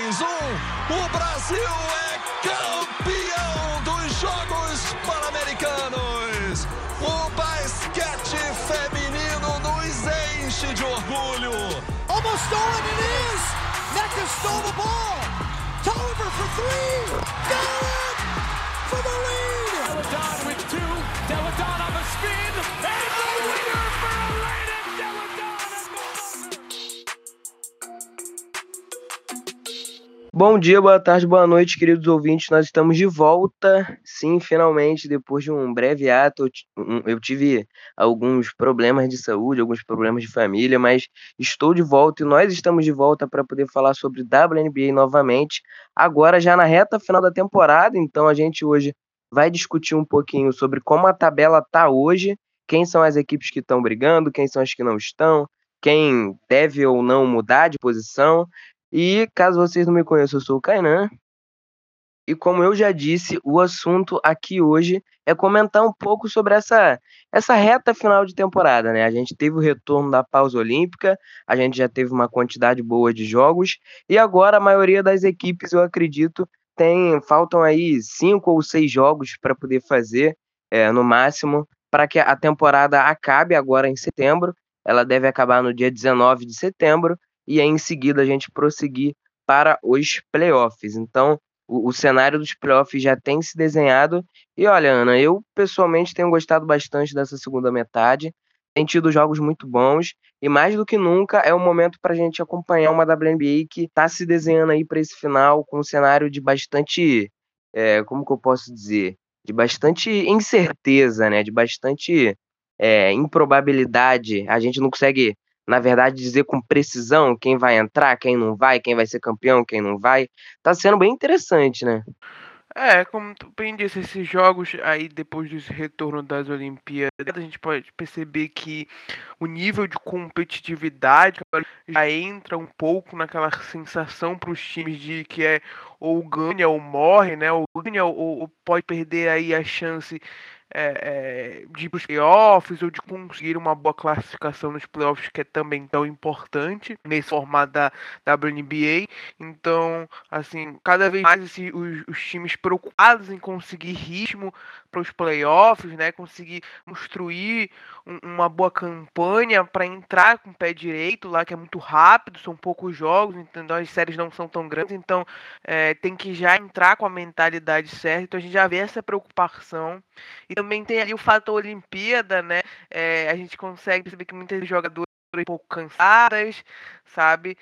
O Brasil é campeão dos Jogos Pan-Americanos. O basquete feminino nos enche de orgulho. Almost stolen, it is. Nectar stole the ball. Tolliver for three. Got it for the lead. Deladon with two. Deladon on the spin. And the winner for Elena Deladon. Bom dia, boa tarde, boa noite, queridos ouvintes. Nós estamos de volta. Sim, finalmente, depois de um breve ato, eu tive alguns problemas de saúde, alguns problemas de família, mas estou de volta e nós estamos de volta para poder falar sobre WNBA novamente. Agora, já na reta final da temporada, então a gente hoje vai discutir um pouquinho sobre como a tabela está hoje, quem são as equipes que estão brigando, quem são as que não estão, quem deve ou não mudar de posição. E caso vocês não me conheçam, eu sou o Kainan. E como eu já disse, o assunto aqui hoje é comentar um pouco sobre essa reta final de temporada, né? A gente teve o retorno da pausa olímpica, a gente já teve uma quantidade boa de jogos, e agora a maioria das equipes, eu acredito, faltam aí 5 ou 6 jogos para poder fazer, no máximo, para que a temporada acabe agora em setembro. Ela deve acabar no dia 19 de setembro, e aí em seguida a gente prosseguir para os playoffs. Então, o cenário dos playoffs já tem se desenhado. E olha, Ana, eu pessoalmente tenho gostado bastante dessa segunda metade. Tem tido jogos muito bons. E mais do que nunca é o momento para a gente acompanhar uma WNBA que está se desenhando aí para esse final com um cenário de bastante, como que eu posso dizer? De bastante incerteza, né? De bastante improbabilidade. A gente não consegue, na verdade, dizer com precisão quem vai entrar, quem não vai, quem vai ser campeão, quem não vai. Tá sendo bem interessante, né? Como tu bem disse, esses jogos aí depois do retorno das Olimpíadas, a gente pode perceber que o nível de competitividade já entra um pouco naquela sensação para os times de que é ou ganha ou morre, né? Ou ganha ou pode perder aí a chance de ir para os playoffs ou de conseguir uma boa classificação nos playoffs, que é também tão importante nesse formato da WNBA. Então, assim, cada vez mais os times preocupados em conseguir ritmo para os playoffs, né? Conseguir construir uma boa campanha para entrar com o pé direito lá, que é muito rápido, são poucos jogos, então as séries não são tão grandes, então tem que já entrar com a mentalidade certa. Então a gente já vê essa preocupação. E também tem ali o fator Olimpíada, né? A gente consegue perceber que muitas jogadoras um pouco cansadas, sabe?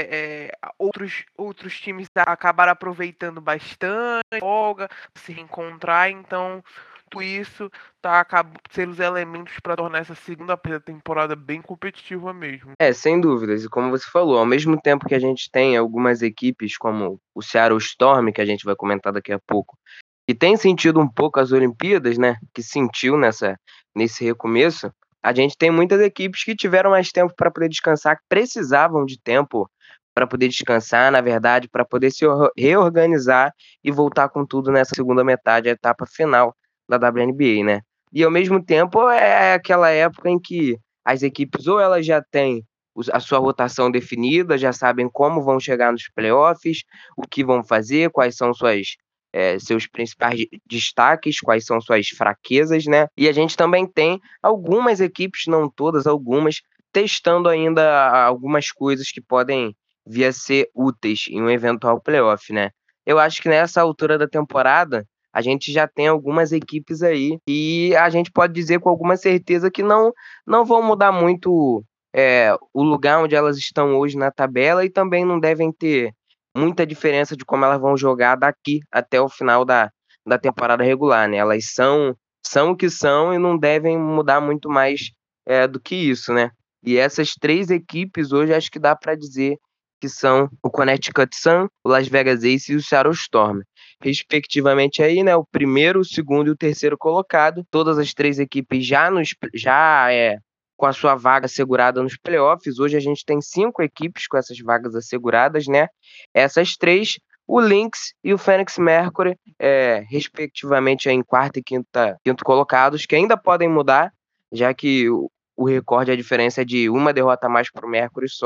Outros times acabaram aproveitando bastante, folga, se reencontrar, então tudo isso acaba sendo os elementos para tornar essa segunda temporada bem competitiva mesmo. Sem dúvidas. E como você falou, ao mesmo tempo que a gente tem algumas equipes como o Seattle Storm, que a gente vai comentar daqui a pouco, que tem sentido um pouco as Olimpíadas, né? Que sentiu nesse recomeço. A gente tem muitas equipes que tiveram mais tempo para poder descansar, que precisavam de tempo para poder descansar, na verdade, para poder se reorganizar e voltar com tudo nessa segunda metade, a etapa final da WNBA, né? E ao mesmo tempo é aquela época em que as equipes ou elas já têm a sua rotação definida, já sabem como vão chegar nos playoffs, o que vão fazer, quais são seus principais destaques, quais são suas fraquezas, né? E a gente também tem algumas equipes, não todas, algumas, testando ainda algumas coisas que podem vir a ser úteis em um eventual playoff, né? Eu acho que nessa altura da temporada, a gente já tem algumas equipes aí e a gente pode dizer com alguma certeza que não vão mudar muito o lugar onde elas estão hoje na tabela e também não devem ter muita diferença de como elas vão jogar daqui até o final da temporada regular, né? Elas são o que são e não devem mudar muito mais do que isso, né? E essas 3 equipes hoje acho que dá para dizer que são o Connecticut Sun, o Las Vegas Aces e o Seattle Storm. Respectivamente aí, né? O primeiro, o segundo e o terceiro colocado. Todas as 3 equipes já com a sua vaga assegurada nos playoffs. Hoje a gente tem 5 equipes com essas vagas asseguradas, né? Essas 3, o Lynx e o Phoenix Mercury, respectivamente em quarto e quinto colocados, que ainda podem mudar, já que o recorde, a diferença é de uma derrota a mais para o Mercury só,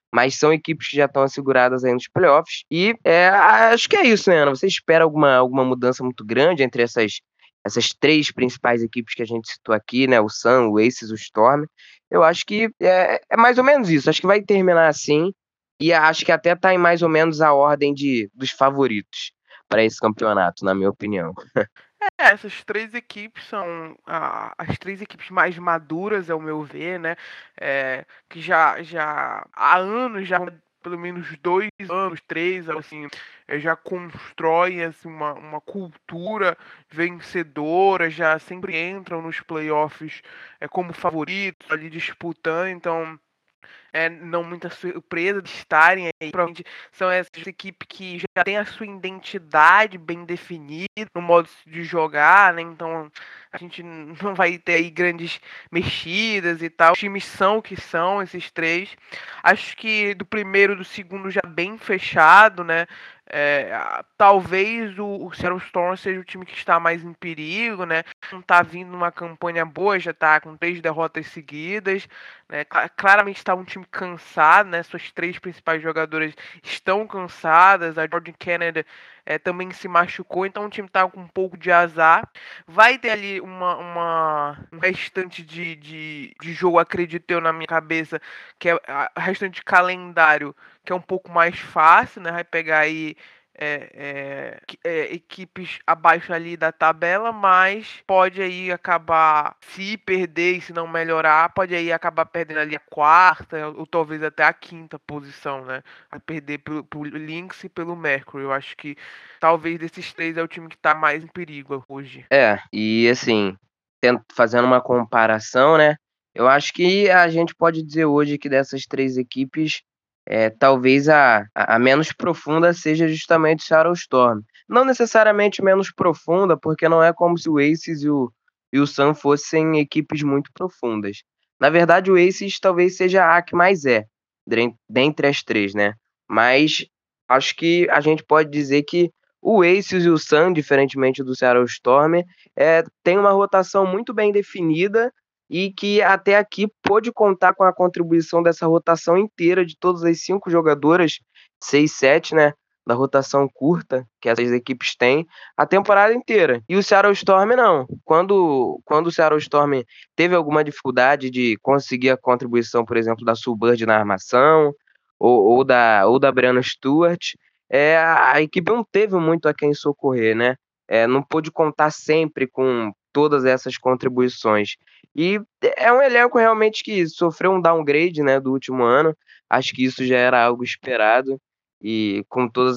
mas são equipes que já estão asseguradas aí nos playoffs. E acho que é isso, né, Ana? Você espera alguma mudança muito grande entre essas três principais equipes que a gente citou aqui, né? O Sun, o Aces, o Storm. Eu acho que é mais ou menos isso. Acho que vai terminar assim. E acho que até tá em mais ou menos a ordem dos favoritos para esse campeonato, na minha opinião. Essas três equipes são as três equipes mais maduras, ao meu ver, né? Que já há anos, já pelo menos 2 anos, 3, assim, já constroem assim, uma cultura vencedora, já sempre entram nos playoffs como favoritos, ali disputando, então não muita surpresa de estarem aí. Provavelmente são essas equipes que já têm a sua identidade bem definida no modo de jogar, né? Então a gente não vai ter aí grandes mexidas e tal. Os times são o que são, esses três. Acho que do primeiro e do segundo já bem fechado, né? Talvez o Seattle Storm seja o time que está mais em perigo, né? Não tá vindo uma campanha boa, já tá com 3 derrotas seguidas, né? Claramente está um time cansado, né? Suas três principais jogadoras estão cansadas, a Jordan Kennedy também se machucou, então o time tá com um pouco de azar. Vai ter ali um restante de jogo, acredito eu, na minha cabeça, que é restante de calendário, que é um pouco mais fácil, né? Vai pegar aí equipes abaixo ali da tabela, mas pode aí acabar, se perder e se não melhorar, pode aí acabar perdendo ali a quarta ou talvez até a quinta posição, né? A perder pro Lynx e pelo Mercury. Eu acho que talvez desses três é o time que tá mais em perigo hoje. E assim, fazendo uma comparação, né? Eu acho que a gente pode dizer hoje que dessas três equipes, talvez a menos profunda seja justamente o Seattle Storm. Não necessariamente menos profunda, porque não é como se o Aces e o Sun fossem equipes muito profundas. Na verdade, o Aces talvez seja a que mais dentre as três, né? Mas acho que a gente pode dizer que o Aces e o Sun, diferentemente do Seattle Storm, tem uma rotação muito bem definida e que até aqui pôde contar com a contribuição dessa rotação inteira de todas as 5 jogadoras, 6, 7, né, da rotação curta que essas equipes têm a temporada inteira. E o Seattle Storm não. Quando o Seattle Storm teve alguma dificuldade de conseguir a contribuição, por exemplo, da Subbird na armação ou da Brianna Stewart, a equipe não teve muito a quem socorrer, né? Não pôde contar sempre com todas essas contribuições. E é um elenco realmente que sofreu um downgrade, né, do último ano. Acho que isso já era algo esperado. E com todas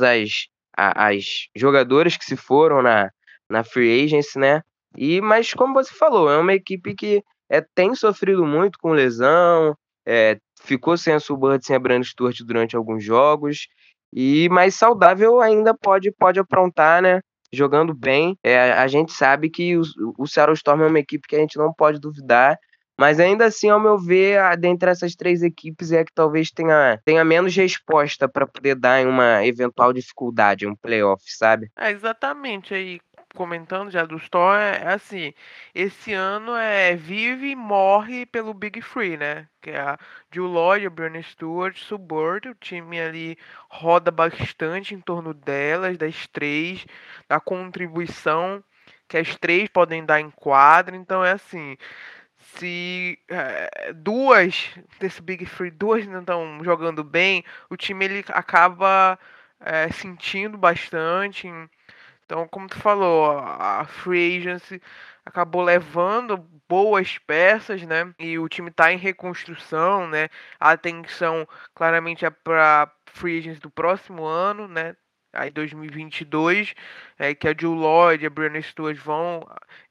as jogadoras que se foram na Free Agency, né? Mas como você falou, é uma equipe que tem sofrido muito com lesão, ficou sem a Subbird, sem a Brianna Stewart durante alguns jogos. Mas saudável ainda pode aprontar, né? Jogando bem. A gente sabe que o Seattle Storm é uma equipe que a gente não pode duvidar. Mas ainda assim, ao meu ver, dentre essas três equipes é que talvez tenha menos resposta para poder dar em uma eventual dificuldade, um playoff, sabe? Exatamente. Aí, comentando já do Store, assim, esse ano vive e morre pelo Big Three, né? Que é a Jill Lloyd, a Brianna Stewart, Subbird. O time ali roda bastante em torno delas, das três, da contribuição que as três podem dar em quadra. Então é assim, se duas desse Big Three, duas não estão jogando bem, o time ele acaba sentindo bastante. Então, como tu falou, a Free Agency acabou levando boas peças, né? E o time tá em reconstrução, né? A atenção claramente é para Free Agency do próximo ano, né? Aí 2022, que a Jill Lloyd e a Brianna Stewart vão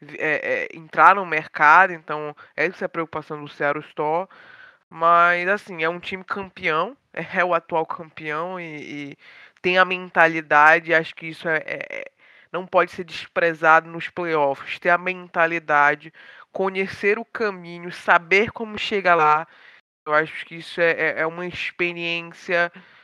entrar no mercado, então essa é a preocupação do Seattle Storm. Mas assim, é um time campeão, é o atual campeão e tem a mentalidade, acho que isso não pode ser desprezado nos playoffs. Ter a mentalidade, conhecer o caminho, saber como chegar lá. Eu acho que isso é uma experiência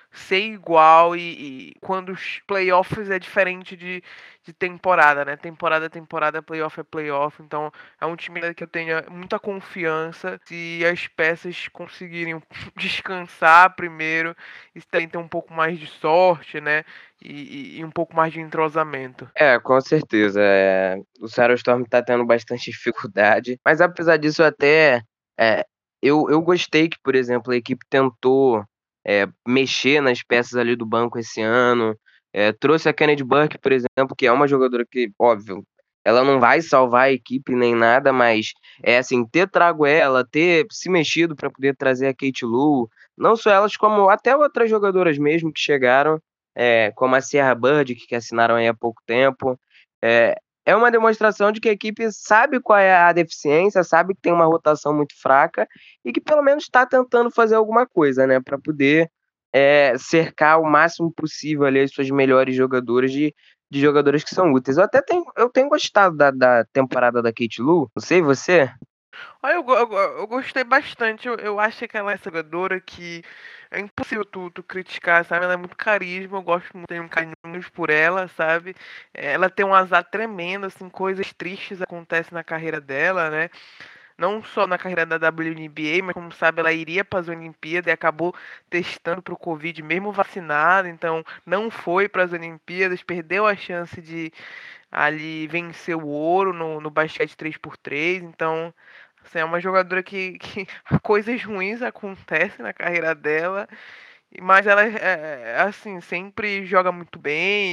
ser igual e quando os playoffs é diferente de temporada, né? Temporada é temporada, playoff é playoff, então é um time que eu tenho muita confiança se as peças conseguirem descansar primeiro e também ter um pouco mais de sorte, né? E um pouco mais de entrosamento. Com certeza. O Seattle Storm tá tendo bastante dificuldade, mas apesar disso, é, eu gostei que, por exemplo, a equipe tentou mexer nas peças ali do banco esse ano. Trouxe a Kennedy Burke, por exemplo, que é uma jogadora que, óbvio, ela não vai salvar a equipe nem nada, mas assim, ter trago ela, ter se mexido para poder trazer a Kate Lou, não só elas, como até outras jogadoras mesmo que chegaram como a Sierra Bird, que assinaram aí há pouco tempo. É, é uma demonstração de que a equipe sabe qual é a deficiência, sabe que tem uma rotação muito fraca e que pelo menos está tentando fazer alguma coisa, né, para poder cercar o máximo possível ali as suas melhores jogadoras de jogadoras que são úteis. Eu tenho gostado da temporada da Kate Lou, não sei você. Olha, eu gostei bastante. Eu acho que ela é essa jogadora que é impossível tu criticar, sabe? Ela é muito carisma, eu gosto muito, tenho um carinho por ela, sabe? Ela tem um azar tremendo, assim, coisas tristes acontecem na carreira dela, né? Não só na carreira da WNBA, mas como sabe, ela iria para as Olimpíadas e acabou testando para o Covid mesmo vacinada, então não foi para as Olimpíadas, perdeu a chance de ali vencer o ouro no basquete 3x3, então assim, é uma jogadora que coisas ruins acontecem na carreira dela, mas ela assim, sempre joga muito bem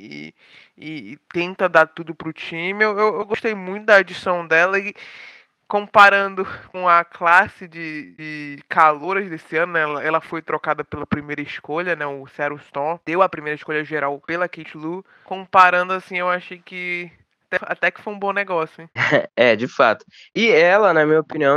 e tenta dar tudo pro time. Eu gostei muito da adição dela e comparando com a classe de calouras desse ano, né, ela foi trocada pela primeira escolha, né? O Seattle Storm deu a primeira escolha geral pela Kate Lou. Comparando assim, eu achei que até que foi um bom negócio, hein? De fato. E ela, na minha opinião,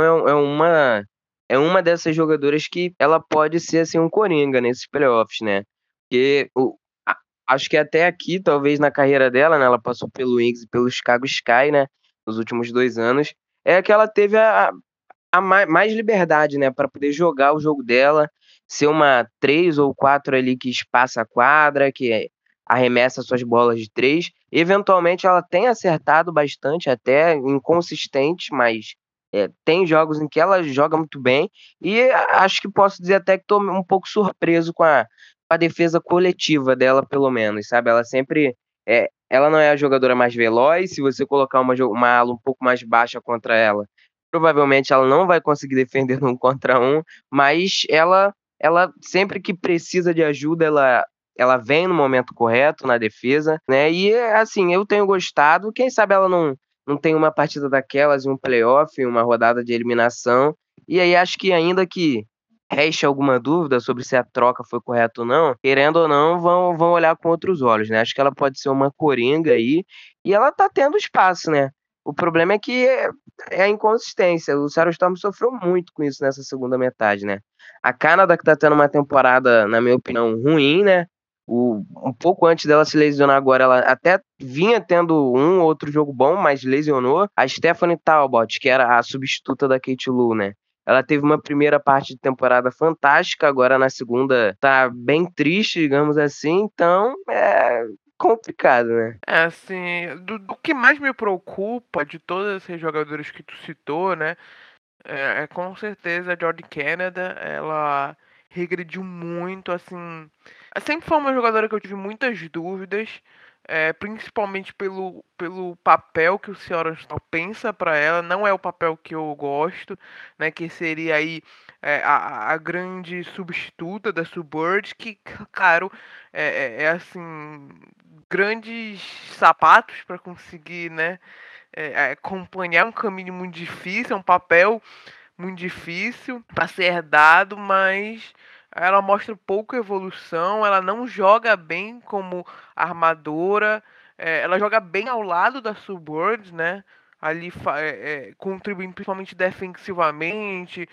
é uma dessas jogadoras que ela pode ser assim um coringa nesses playoffs, né? Porque acho que até aqui, talvez na carreira dela, né? Ela passou pelo Wings e pelo Chicago Sky, né? Nos últimos 2 anos, é que ela teve a mais liberdade, né? Para poder jogar o jogo dela, ser uma 3 ou 4 ali que espaça a quadra, que arremessa suas bolas de três. Eventualmente ela tem acertado bastante, até inconsistente, mas tem jogos em que ela joga muito bem. E acho que posso dizer até que estou um pouco surpreso com a defesa coletiva dela, pelo menos, sabe? Ela sempre. Ela não é a jogadora mais veloz. Se você colocar uma ala um pouco mais baixa contra ela, provavelmente ela não vai conseguir defender no 1 contra 1, mas ela sempre que precisa de ajuda, ela vem no momento correto na defesa, né? E assim, eu tenho gostado. Quem sabe ela não tem uma partida daquelas em um playoff, em uma rodada de eliminação. E aí acho que ainda que reste alguma dúvida sobre se a troca foi correta ou não, querendo ou não, vão olhar com outros olhos, né? Acho que ela pode ser uma coringa aí e ela tá tendo espaço, né? O problema é que é a inconsistência. O Seattle Storm sofreu muito com isso nessa segunda metade, né? A Canadá que tá tendo uma temporada, na minha opinião, ruim, né? Um pouco antes dela se lesionar agora, ela até vinha tendo um ou outro jogo bom, mas lesionou. A Stephanie Talbot, que era a substituta da Kate Lou, né? Ela teve uma primeira parte de temporada fantástica, agora na segunda tá bem triste, digamos assim, então é complicado, né? Assim, do que mais me preocupa de todos esses jogadores que tu citou, né? Com certeza a Jordie Canada, ela regrediu muito, assim. Sempre foi uma jogadora que eu tive muitas dúvidas, principalmente pelo papel que o Seattle Storm pensa para ela. Não é o papel que eu gosto, né? Que seria aí a grande substituta da Sue Bird, que, claro, assim, grandes sapatos para conseguir, né? Acompanhar um caminho muito difícil, é um papel muito difícil para ser herdado, mas ela mostra pouca evolução, ela não joga bem como armadora, ela joga bem ao lado da Subbird, né? Ali contribuindo principalmente defensivamente,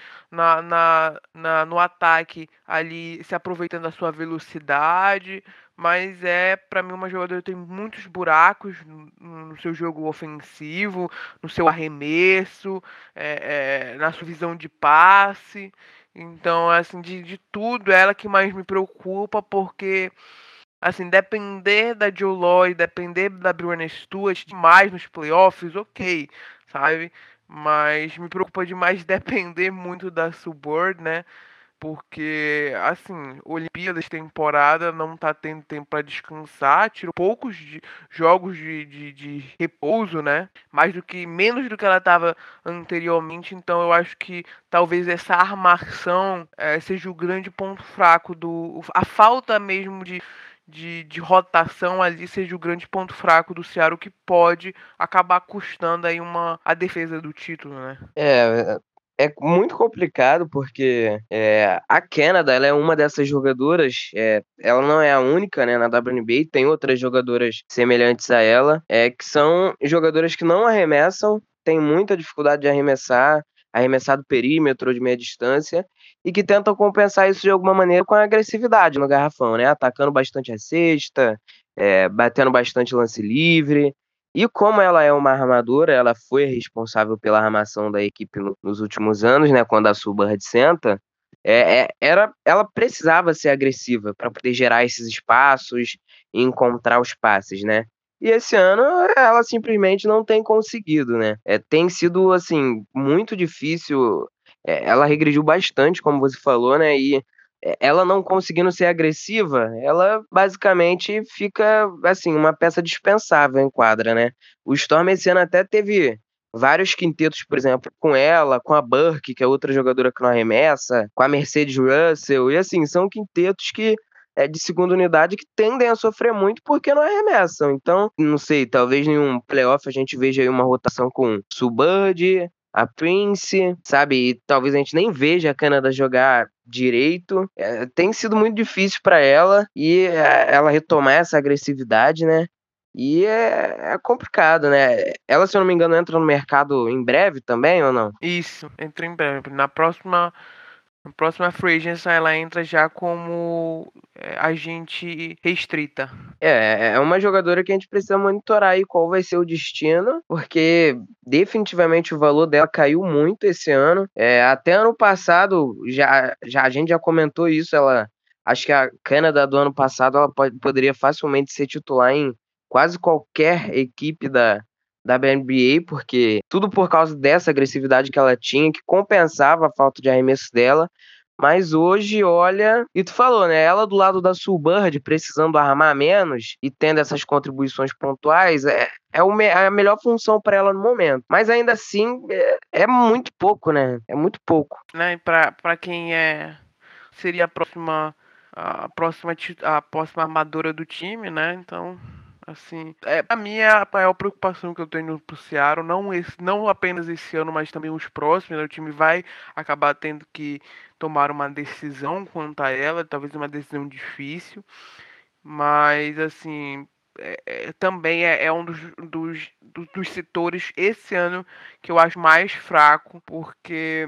no ataque, ali se aproveitando da sua velocidade, mas para mim uma jogadora que tem muitos buracos no seu jogo ofensivo, no seu arremesso, na sua visão de passe. Então, assim, de tudo, ela que mais me preocupa, porque, assim, depender da Joe Lloyd, depender da Breanna Stewart demais nos playoffs, ok, sabe? Mas me preocupa demais depender muito da Sue Bird, né? Porque, assim, Olimpíadas, temporada, não tá tendo tempo pra descansar, tirou poucos jogos de repouso, né? Menos do que ela tava anteriormente, então eu acho que talvez essa armação seja o grande ponto fraco a falta mesmo de rotação ali seja o grande ponto fraco do Seattle, que pode acabar custando aí a defesa do título, né? É muito complicado porque a Canada, ela é uma dessas jogadoras, ela não é a única, né, na WNBA, tem outras jogadoras semelhantes a ela, que são jogadoras que não arremessam, têm muita dificuldade de arremessar do perímetro ou de meia distância, e que tentam compensar isso de alguma maneira com a agressividade no garrafão, né, atacando bastante a cesta, batendo bastante lance livre. E como ela é uma armadora, ela foi responsável pela armação da equipe nos últimos anos, né? Quando a Sue Bird senta, ela precisava ser agressiva para poder gerar esses espaços e encontrar os passes, né? E esse ano ela simplesmente não tem conseguido, né? Tem sido assim muito difícil. Ela regrediu bastante, como você falou, né? E ela não conseguindo ser agressiva, ela basicamente fica, assim, uma peça dispensável em quadra, né? O Storm esse ano até teve vários quintetos, por exemplo, com ela, com a Burke, que é outra jogadora que não arremessa, com a Mercedes Russell, e assim, são quintetos que de segunda unidade que tendem a sofrer muito porque não arremessam. Então, não sei, talvez em um playoff a gente veja aí uma rotação com Sue Bird, a Prince, sabe? E talvez a gente nem veja a Canada jogar direito. Tem sido muito difícil para ela e ela retomar essa agressividade, né? E é complicado, né? Ela, se eu não me engano, entra no mercado em breve também, ou não? Isso, entra em breve. Na próxima Free Agency, ela entra já como agente restrita. É uma jogadora que a gente precisa monitorar aí qual vai ser o destino, porque definitivamente o valor dela caiu muito esse ano. Até ano passado, a gente já comentou isso, acho que a Canada do ano passado ela poderia facilmente ser titular em quase qualquer equipe da NBA, porque tudo por causa dessa agressividade que ela tinha, que compensava a falta de arremesso dela. Mas hoje, olha, e tu falou, né? Ela do lado da Sue Bird, precisando armar menos e tendo essas contribuições pontuais, é a melhor função para ela no momento. Mas ainda assim, é muito pouco, né? É muito pouco. Né? E para quem seria a próxima armadora do time, né? Então, assim, a minha maior preocupação que eu tenho pro Seattle, não apenas esse ano, mas também os próximos, né? O time vai acabar tendo que tomar uma decisão quanto a ela, talvez uma decisão difícil, mas assim, também é um dos setores esse ano que eu acho mais fraco, porque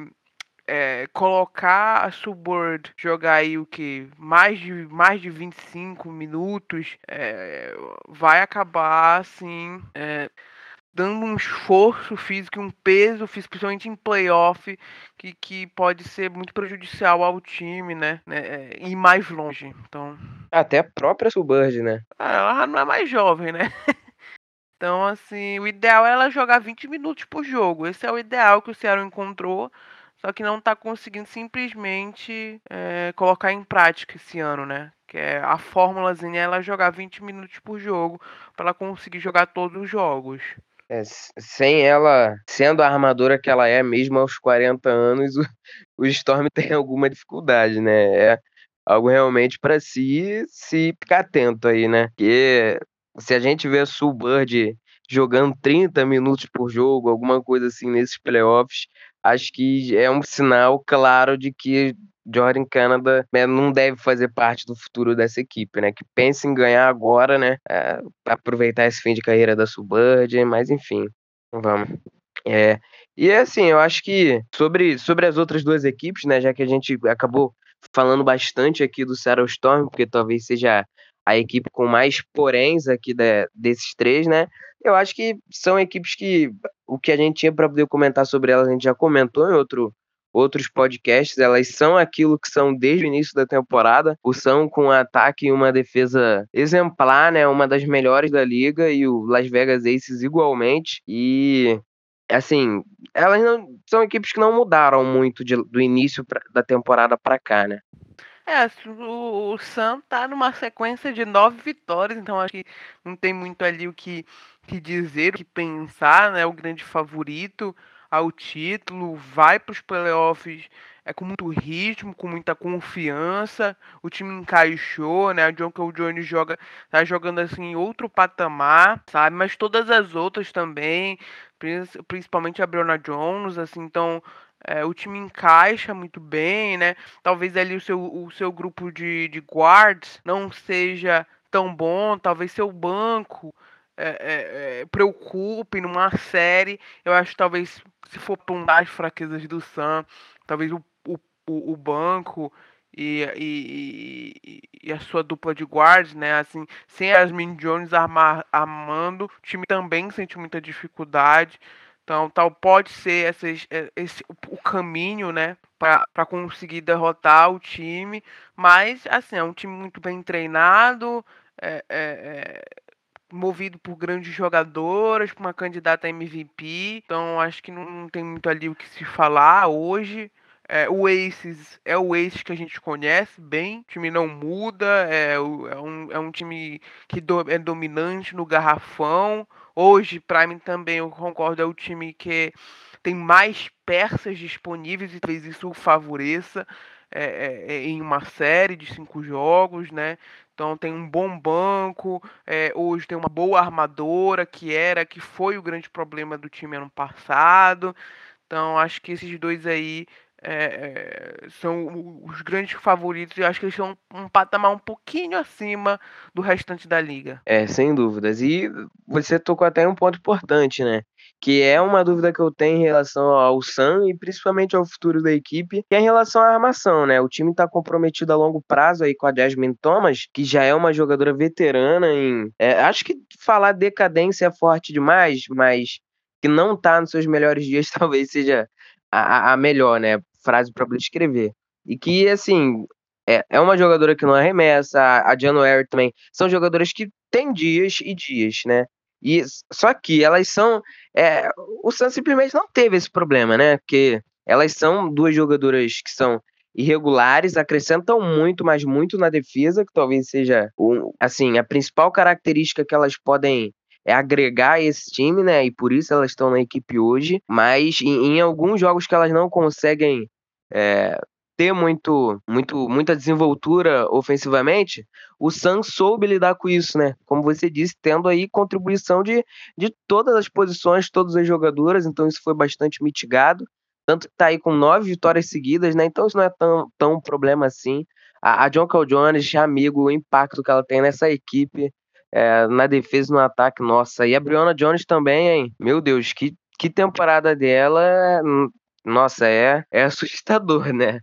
colocar a Subword jogar aí o que? Mais de 25 minutos vai acabar assim dando um esforço físico e um peso físico, principalmente em playoff, que pode ser muito prejudicial ao time, né? Ir mais longe. Então, Até a própria Sue Bird, né? ela não é mais jovem, né? Então, assim, o ideal é ela jogar 20 minutos por jogo. Esse é o ideal que o Ceará encontrou, só que não tá conseguindo simplesmente colocar em prática esse ano, né? Que é a fórmulazinha é ela jogar 20 minutos por jogo para ela conseguir jogar todos os jogos. Sem ela sendo a armadora que ela é, mesmo aos 40 anos, o Storm tem alguma dificuldade, né? É algo realmente para se ficar atento aí, né? Porque se a gente vê a Sue Bird jogando 30 minutos por jogo, alguma coisa assim nesses playoffs, acho que é um sinal claro de que Jordan Canada, né, não deve fazer parte do futuro dessa equipe, né? Que pensa em ganhar agora, né? Aproveitar esse fim de carreira da Sue Bird, mas enfim, vamos. É, e assim, eu acho que sobre as outras duas equipes, né, já que a gente acabou falando bastante aqui do Seattle Storm, porque talvez seja a equipe com mais poréns aqui desses três, né, eu acho que são equipes que o que a gente tinha para poder comentar sobre elas, a gente já comentou em outros podcasts, elas são aquilo que são desde o início da temporada. O Sun com um ataque e uma defesa exemplar, né? Uma das melhores da liga, e o Las Vegas Aces igualmente. E assim, elas não são equipes que não mudaram muito do início da temporada para cá, né? O Sam tá numa sequência de 9 vitórias, então acho que não tem muito ali que dizer, o que pensar, né? O grande favorito ao título, vai para os playoffs com muito ritmo, com muita confiança, o time encaixou, né? A Jonquel Jones tá jogando assim em outro patamar, sabe? Mas todas as outras também, principalmente a Breonna Jones, assim, então o time encaixa muito bem, né? Talvez ali o seu grupo de guards não seja tão bom, talvez seu banco preocupe numa série. Eu acho que talvez, se for apontar as fraquezas do Sam, talvez o banco e a sua dupla de guards, né? Assim, sem Yasmin Jones armando, o time também sente muita dificuldade. Então, tal pode ser o caminho, né, para conseguir derrotar o time. Mas, assim, é um time muito bem treinado, é, é, é, movido por grandes jogadoras, por uma candidata a MVP. Então, acho que não tem muito ali o que se falar hoje. O Aces é o Aces que a gente conhece bem, o time não muda, é um time que é dominante no garrafão. Hoje, para mim também, eu concordo, é o time que tem mais peças disponíveis e talvez isso o favoreça em uma série de 5 jogos, né? Então tem um bom banco, hoje tem uma boa armadora, que foi o grande problema do time ano passado. Então, acho que esses dois aí são os grandes favoritos. E acho que eles estão um patamar um pouquinho acima do restante da liga. Sem dúvidas. E você tocou até um ponto importante, né? Que é uma dúvida que eu tenho em relação ao Sun e principalmente ao futuro da equipe, que é em relação à armação, né? O time está comprometido a longo prazo aí com a Jasmine Thomas, que já é uma jogadora veterana acho que falar decadência é forte demais, mas que não tá nos seus melhores dias talvez seja a melhor, né? Frase para descrever. E que, assim, é uma jogadora que não arremessa, a January também. São jogadoras que têm dias e dias, né? E só que elas são. O Suns simplesmente não teve esse problema, né? Porque elas são duas jogadoras que são irregulares, acrescentam muito, mas muito na defesa, que talvez seja assim, a principal característica que elas podem agregar a esse time, né? E por isso elas estão na equipe hoje. Mas em alguns jogos que elas não conseguem ter muita desenvoltura ofensivamente, o Suns soube lidar com isso, né? Como você disse, tendo aí contribuição de todas as posições, todas as jogadoras, então isso foi bastante mitigado. Tanto que tá aí com 9 vitórias seguidas, né? Então isso não é tão problema assim. A Jonquel Jones, amigo, o impacto que ela tem nessa equipe, na defesa e no ataque, nossa. E a Breonna Jones também, hein? Meu Deus, que temporada dela, nossa, é assustador, né?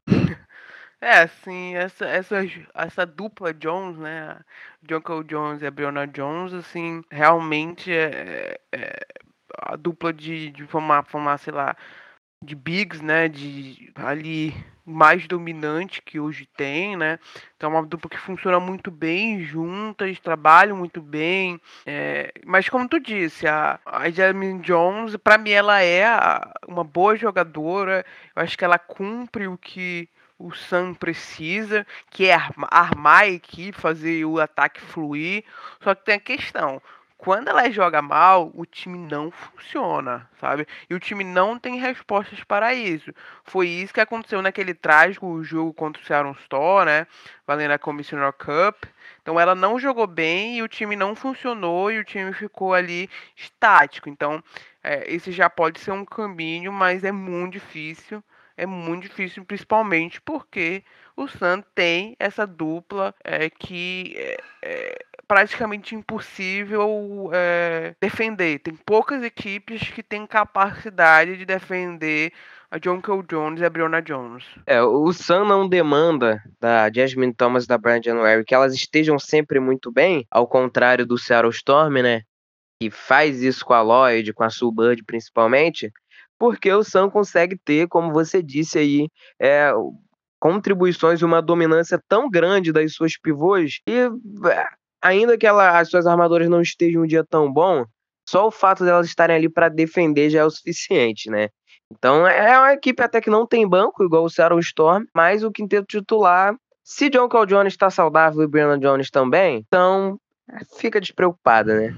Assim, essa dupla Jones, né? Jonquel Jones e a Breonna Jones, assim, realmente é a dupla de formar, sei lá, de bigs, né? De ali mais dominante que hoje tem, né? Então é uma dupla que funciona muito bem juntas, trabalham muito bem. Mas como tu disse, a Jasmine Jones, para mim ela é uma boa jogadora. Eu acho que ela cumpre o que o Sun precisa, que é armar a equipe, fazer o ataque fluir. Só que tem a questão. Quando ela joga mal, o time não funciona, sabe? E o time não tem respostas para isso. Foi isso que aconteceu naquele trágico jogo contra o Seattle Storm, né? Valendo a Commissioner Cup. Então ela não jogou bem e o time não funcionou e o time ficou ali estático. Então, esse já pode ser um caminho, mas é muito difícil. É muito difícil, principalmente porque o Sun tem essa dupla que é praticamente impossível defender. Tem poucas equipes que têm capacidade de defender a Jonquel Jones e a Breonna Jones. O Sun não demanda da Jasmine Thomas e da Brian January que elas estejam sempre muito bem, ao contrário do Seattle Storm, né? Que faz isso com a Lloyd, com a Sue Bird principalmente, porque o Suns consegue ter, como você disse aí, contribuições e uma dominância tão grande das suas pivôs e ainda que as suas armadoras não estejam um dia tão bom, só o fato delas estarem ali para defender já é o suficiente, né? Então é uma equipe até que não tem banco, igual o Seattle Storm, mas o quinteto titular, se John Cal Jones está saudável e Brandon Jones também, então fica despreocupada, né?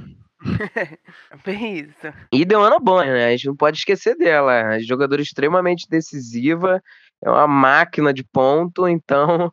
Bem isso. E Deanna Bonner, né? A gente não pode esquecer dela. É jogadora extremamente decisiva, é uma máquina de ponto, então,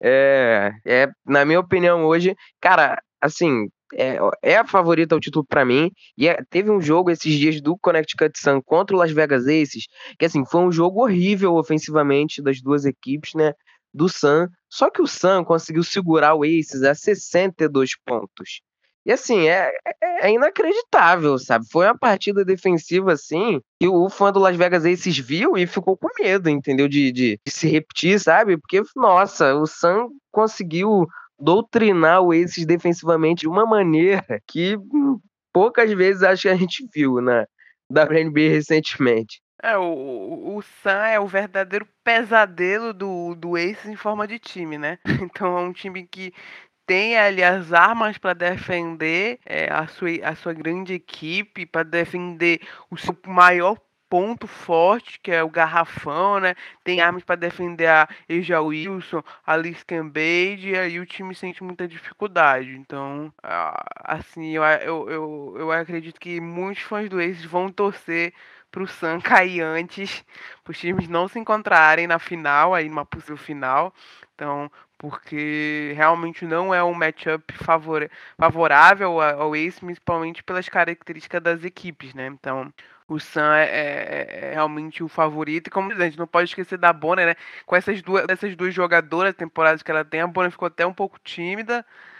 na minha opinião hoje, cara, assim, é a favorita ao título pra mim. E teve um jogo esses dias do Connecticut Sun contra o Las Vegas Aces, que assim, foi um jogo horrível ofensivamente das duas equipes, né? Do Sun. Só que o Sun conseguiu segurar o Aces a 62 pontos. E assim, é inacreditável, sabe? Foi uma partida defensiva, assim, que o fã do Las Vegas Aces viu e ficou com medo, entendeu? De se repetir, sabe? Porque, nossa, o Sun conseguiu doutrinar o Aces defensivamente de uma maneira que poucas vezes acho que a gente viu na WNBA recentemente. O Sun é o verdadeiro pesadelo do Aces em forma de time, né? Então é um time que tem ali as armas para defender a sua grande equipe, para defender o seu maior ponto forte, que é o garrafão, né? Tem armas para defender a A'ja Wilson, a Liz Cambage, e aí o time sente muita dificuldade. Então, assim, eu acredito que muitos fãs do Aces vão torcer pro Sun cair antes, para os times não se encontrarem na final, aí numa possível final. Então, porque realmente não é um matchup favorável ao Ace, principalmente pelas características das equipes, né? Então, o Sun é realmente o favorito. E como a gente não pode esquecer da Bonner, né? Com essas duas jogadoras, temporadas que ela tem, a Bonner ficou até um pouco tímida,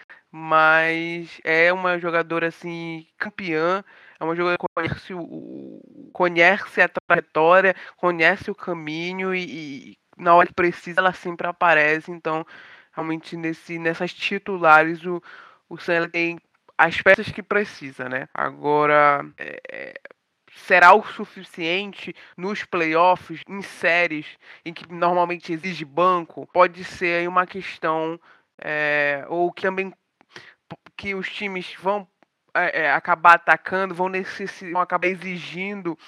mas é uma jogadora assim campeã, é uma jogadora que conhece a trajetória, conhece o caminho e na hora que precisa ela sempre aparece. Então realmente nessas titulares o Sun tem as peças que precisa, né? Agora será o suficiente nos playoffs, em séries em que normalmente exige banco? Pode ser aí uma questão, ou que também que os times vão acabar atacando, vão acabar exigindo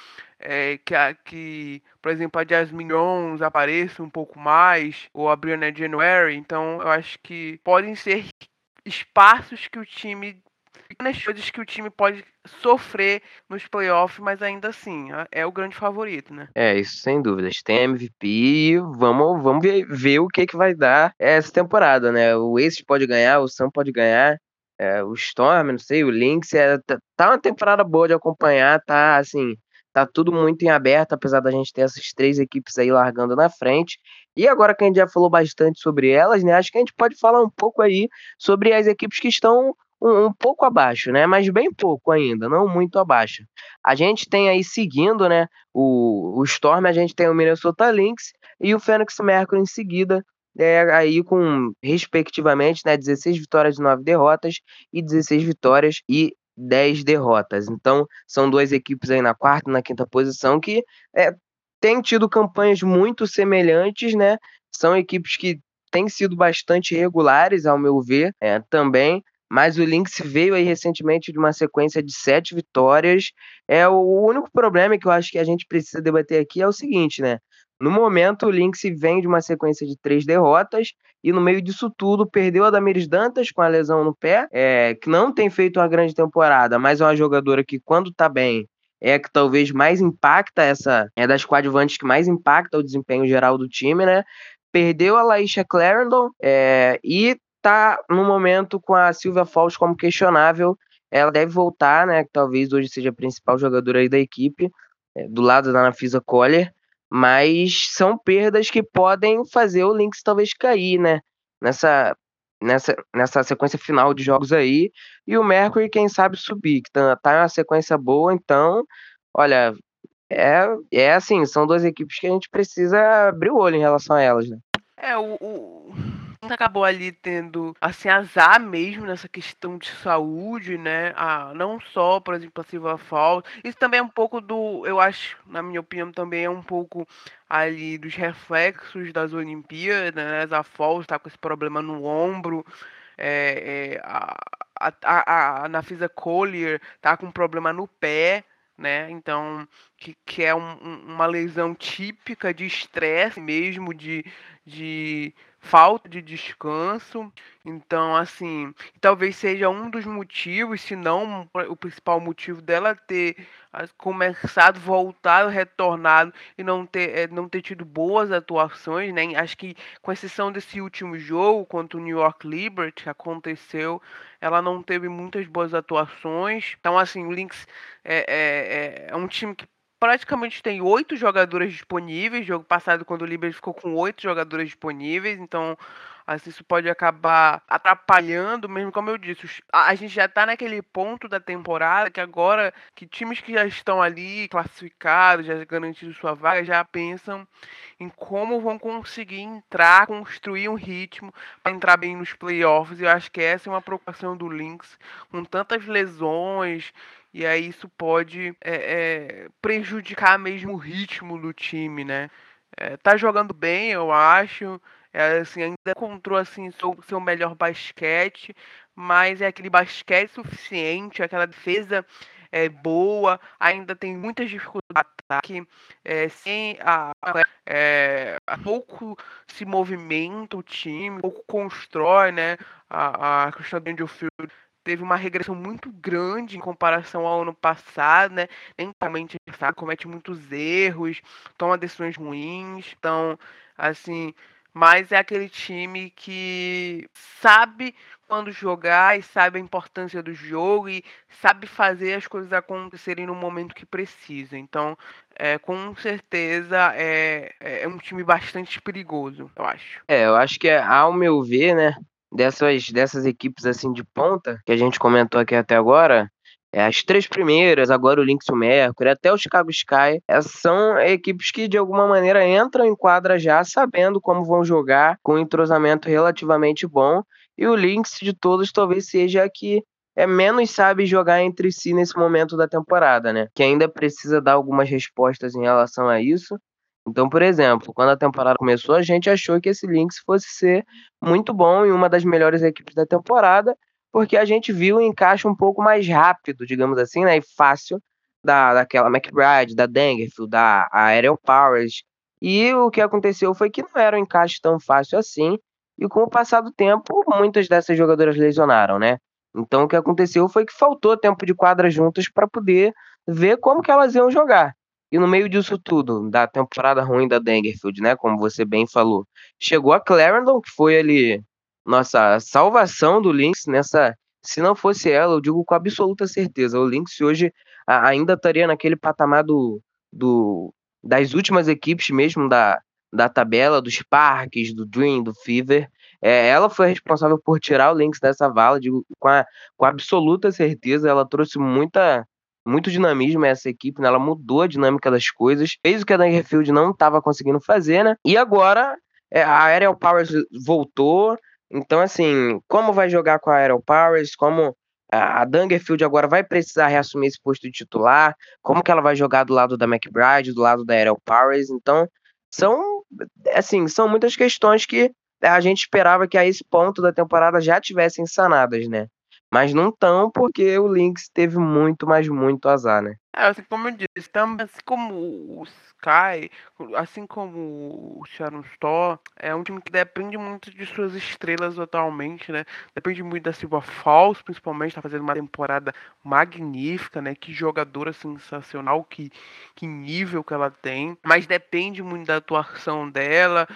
que, por exemplo, a Jasmine Jones apareça um pouco mais, ou a Brianna January. Então, eu acho que podem ser espaços que o time, pequenas coisas que o time pode sofrer nos playoffs, mas ainda assim, é o grande favorito, né? Isso sem dúvidas. Tem MVP e vamos ver o que vai dar essa temporada, né? O Aces pode ganhar, o Sun pode ganhar, o Storm, não sei, o Lynx. Tá uma temporada boa de acompanhar, tá assim, tá tudo muito em aberto, apesar da gente ter essas três equipes aí largando na frente. E agora que a gente já falou bastante sobre elas, né? Acho que a gente pode falar um pouco aí sobre as equipes que estão um pouco abaixo, né? Mas bem pouco ainda, não muito abaixo. A gente tem aí seguindo, né? O Storm, a gente tem o Minnesota Lynx e o Phoenix Mercury em seguida, aí com, respectivamente, né, 16 vitórias e 9 derrotas e 16 vitórias e 10 derrotas. Então, são duas equipes aí na quarta e na quinta posição que têm tido campanhas muito semelhantes, né? São equipes que têm sido bastante regulares, ao meu ver, também. Mas o Lynx veio aí recentemente de uma sequência de 7 vitórias. O único problema que eu acho que a gente precisa debater aqui é o seguinte, né? No momento, o Lynx vem de uma sequência de 3 derrotas e no meio disso tudo perdeu a Damiris Dantas com a lesão no pé, que não tem feito uma grande temporada, mas é uma jogadora que quando tá bem que talvez mais impacta das coadjuvantes que mais impacta o desempenho geral do time, né? Perdeu a Laisha Clarendon e tá no momento com a Sylvia Fowles como questionável. Ela deve voltar, né? Que talvez hoje seja a principal jogadora aí da equipe, do lado da Anafisa Collier, mas são perdas que podem fazer o Lynx talvez cair, né? Nessa sequência final de jogos aí. E o Mercury, quem sabe, subir, que tá em uma sequência boa. Então, olha, assim, são duas equipes que a gente precisa abrir o olho em relação a elas, né? acabou ali tendo, assim, azar mesmo nessa questão de saúde, né? Não só, por exemplo, a Silva Falls. Isso também é um pouco eu acho, na minha opinião, também é um pouco ali dos reflexos das Olimpíadas, né? A Falls tá com esse problema no ombro, a Nafisa Collier tá com um problema no pé, né? Então, que é uma lesão típica de estresse mesmo, de falta de descanso. Então, assim, talvez seja um dos motivos, se não o principal motivo dela ter começado, voltado, retornado e não ter tido boas atuações, né? Acho que, com exceção desse último jogo contra o New York Liberty que aconteceu, ela não teve muitas boas atuações. Então, assim, o Lynx é um time que praticamente tem 8 jogadoras disponíveis. Jogo passado, quando o Liberty ficou com 8 jogadoras disponíveis, então assim, isso pode acabar atrapalhando, mesmo como eu disse. A gente já tá naquele ponto da temporada que agora que times que já estão ali classificados, já garantido sua vaga, já pensam em como vão conseguir entrar, construir um ritmo para entrar bem nos playoffs. E eu acho que essa é uma preocupação do Lynx, com tantas lesões. E aí isso pode prejudicar mesmo o ritmo do time, né? Tá jogando bem, eu acho. Assim, ainda encontrou assim seu melhor basquete, mas é aquele basquete suficiente, aquela defesa boa, ainda tem muitas dificuldades no ataque, sem pouco se movimenta o time, pouco constrói, né? A questão do Field teve uma regressão muito grande em comparação ao ano passado, né? Lentamente comete muitos erros, toma decisões ruins, então, assim, mas é aquele time que sabe quando jogar e sabe a importância do jogo e sabe fazer as coisas acontecerem no momento que precisa. Então, com certeza é um time bastante perigoso, eu acho. Eu acho que, ao meu ver, né, dessas equipes assim de ponta, que a gente comentou aqui até agora, as três primeiras, agora o Lynx e o Mercury, até o Chicago Sky, são equipes que de alguma maneira entram em quadra já sabendo como vão jogar, com um entrosamento relativamente bom, e o Lynx de todos talvez seja a que menos sabe jogar entre si nesse momento da temporada, né? Que ainda precisa dar algumas respostas em relação a isso. Então, por exemplo, quando a temporada começou, a gente achou que esse Lynx fosse ser muito bom e uma das melhores equipes da temporada, porque a gente viu o encaixe um pouco mais rápido, digamos assim, né, e fácil daquela McBride, da Dangerfield, da Aerial Powers. E o que aconteceu foi que não era um encaixe tão fácil assim, e com o passar do tempo, muitas dessas jogadoras lesionaram, né? Então, o que aconteceu foi que faltou tempo de quadra juntas para poder ver como que elas iam jogar. E no meio disso tudo, da temporada ruim da Dangerfield, né, como você bem falou, chegou a Clarendon, que foi ali nossa salvação do Lynx nessa. Se não fosse ela, eu digo com absoluta certeza, o Lynx hoje ainda estaria naquele patamar das últimas equipes mesmo da tabela, dos Sparks, do Dream, do Fever. Ela foi responsável por tirar o Lynx dessa vala, digo, com absoluta certeza. Ela trouxe muito dinamismo a essa equipe, né? Ela mudou a dinâmica das coisas, fez o que a Dangerfield não estava conseguindo fazer, né? E agora a Aerial Powers voltou. Então, assim, como vai jogar com a Aerial Powers? Como a Dangerfield agora vai precisar reassumir esse posto de titular? Como que ela vai jogar do lado da McBride, do lado da Aerial Powers? Então, são muitas questões que a gente esperava que a esse ponto da temporada já tivessem sanadas, né? Mas não tão, porque o Lynx teve muito, mas muito azar, né? Assim como eu disse, também, assim como o Sky, assim como o Sharon Store, é um time que depende muito de suas estrelas atualmente, né? Depende muito da Silva Falls, principalmente, tá fazendo uma temporada magnífica, né? Que jogadora sensacional, que nível que ela tem, mas depende muito da atuação dela,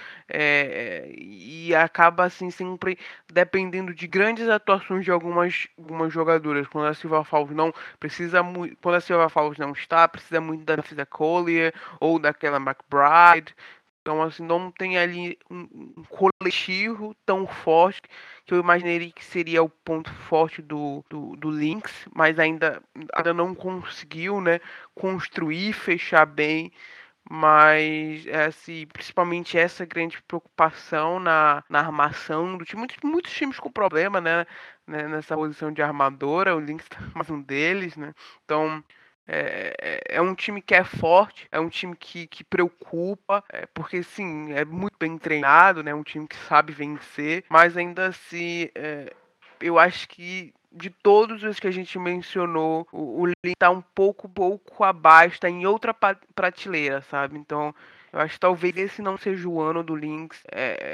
e acaba, assim, sempre dependendo de grandes atuações de algumas jogadoras. Quando a Silva Falls não precisa muito, quando a Silva Falls não está, precisa muito da Fisa Collier ou daquela McBride. Então, assim, não tem ali um coletivo tão forte que eu imaginei que seria o ponto forte do Lynx, mas ainda não conseguiu, né, construir, fechar bem. Mas, assim, principalmente essa grande preocupação na armação do time. Muitos times com problema, né? Nessa posição de armadora. O Lynx é mais um deles, né? Então, é um time que é forte, é um time que preocupa, porque, sim, é muito bem treinado, né? Um time que sabe vencer, mas ainda assim, eu acho que de todos os que a gente mencionou, o Lynx tá um pouco abaixo, tá em outra prateleira, sabe? Então, eu acho que talvez esse não seja o ano do Lynx.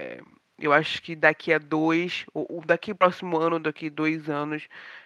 Eu acho que daqui a ou daqui próximo ano, daqui 2 anos,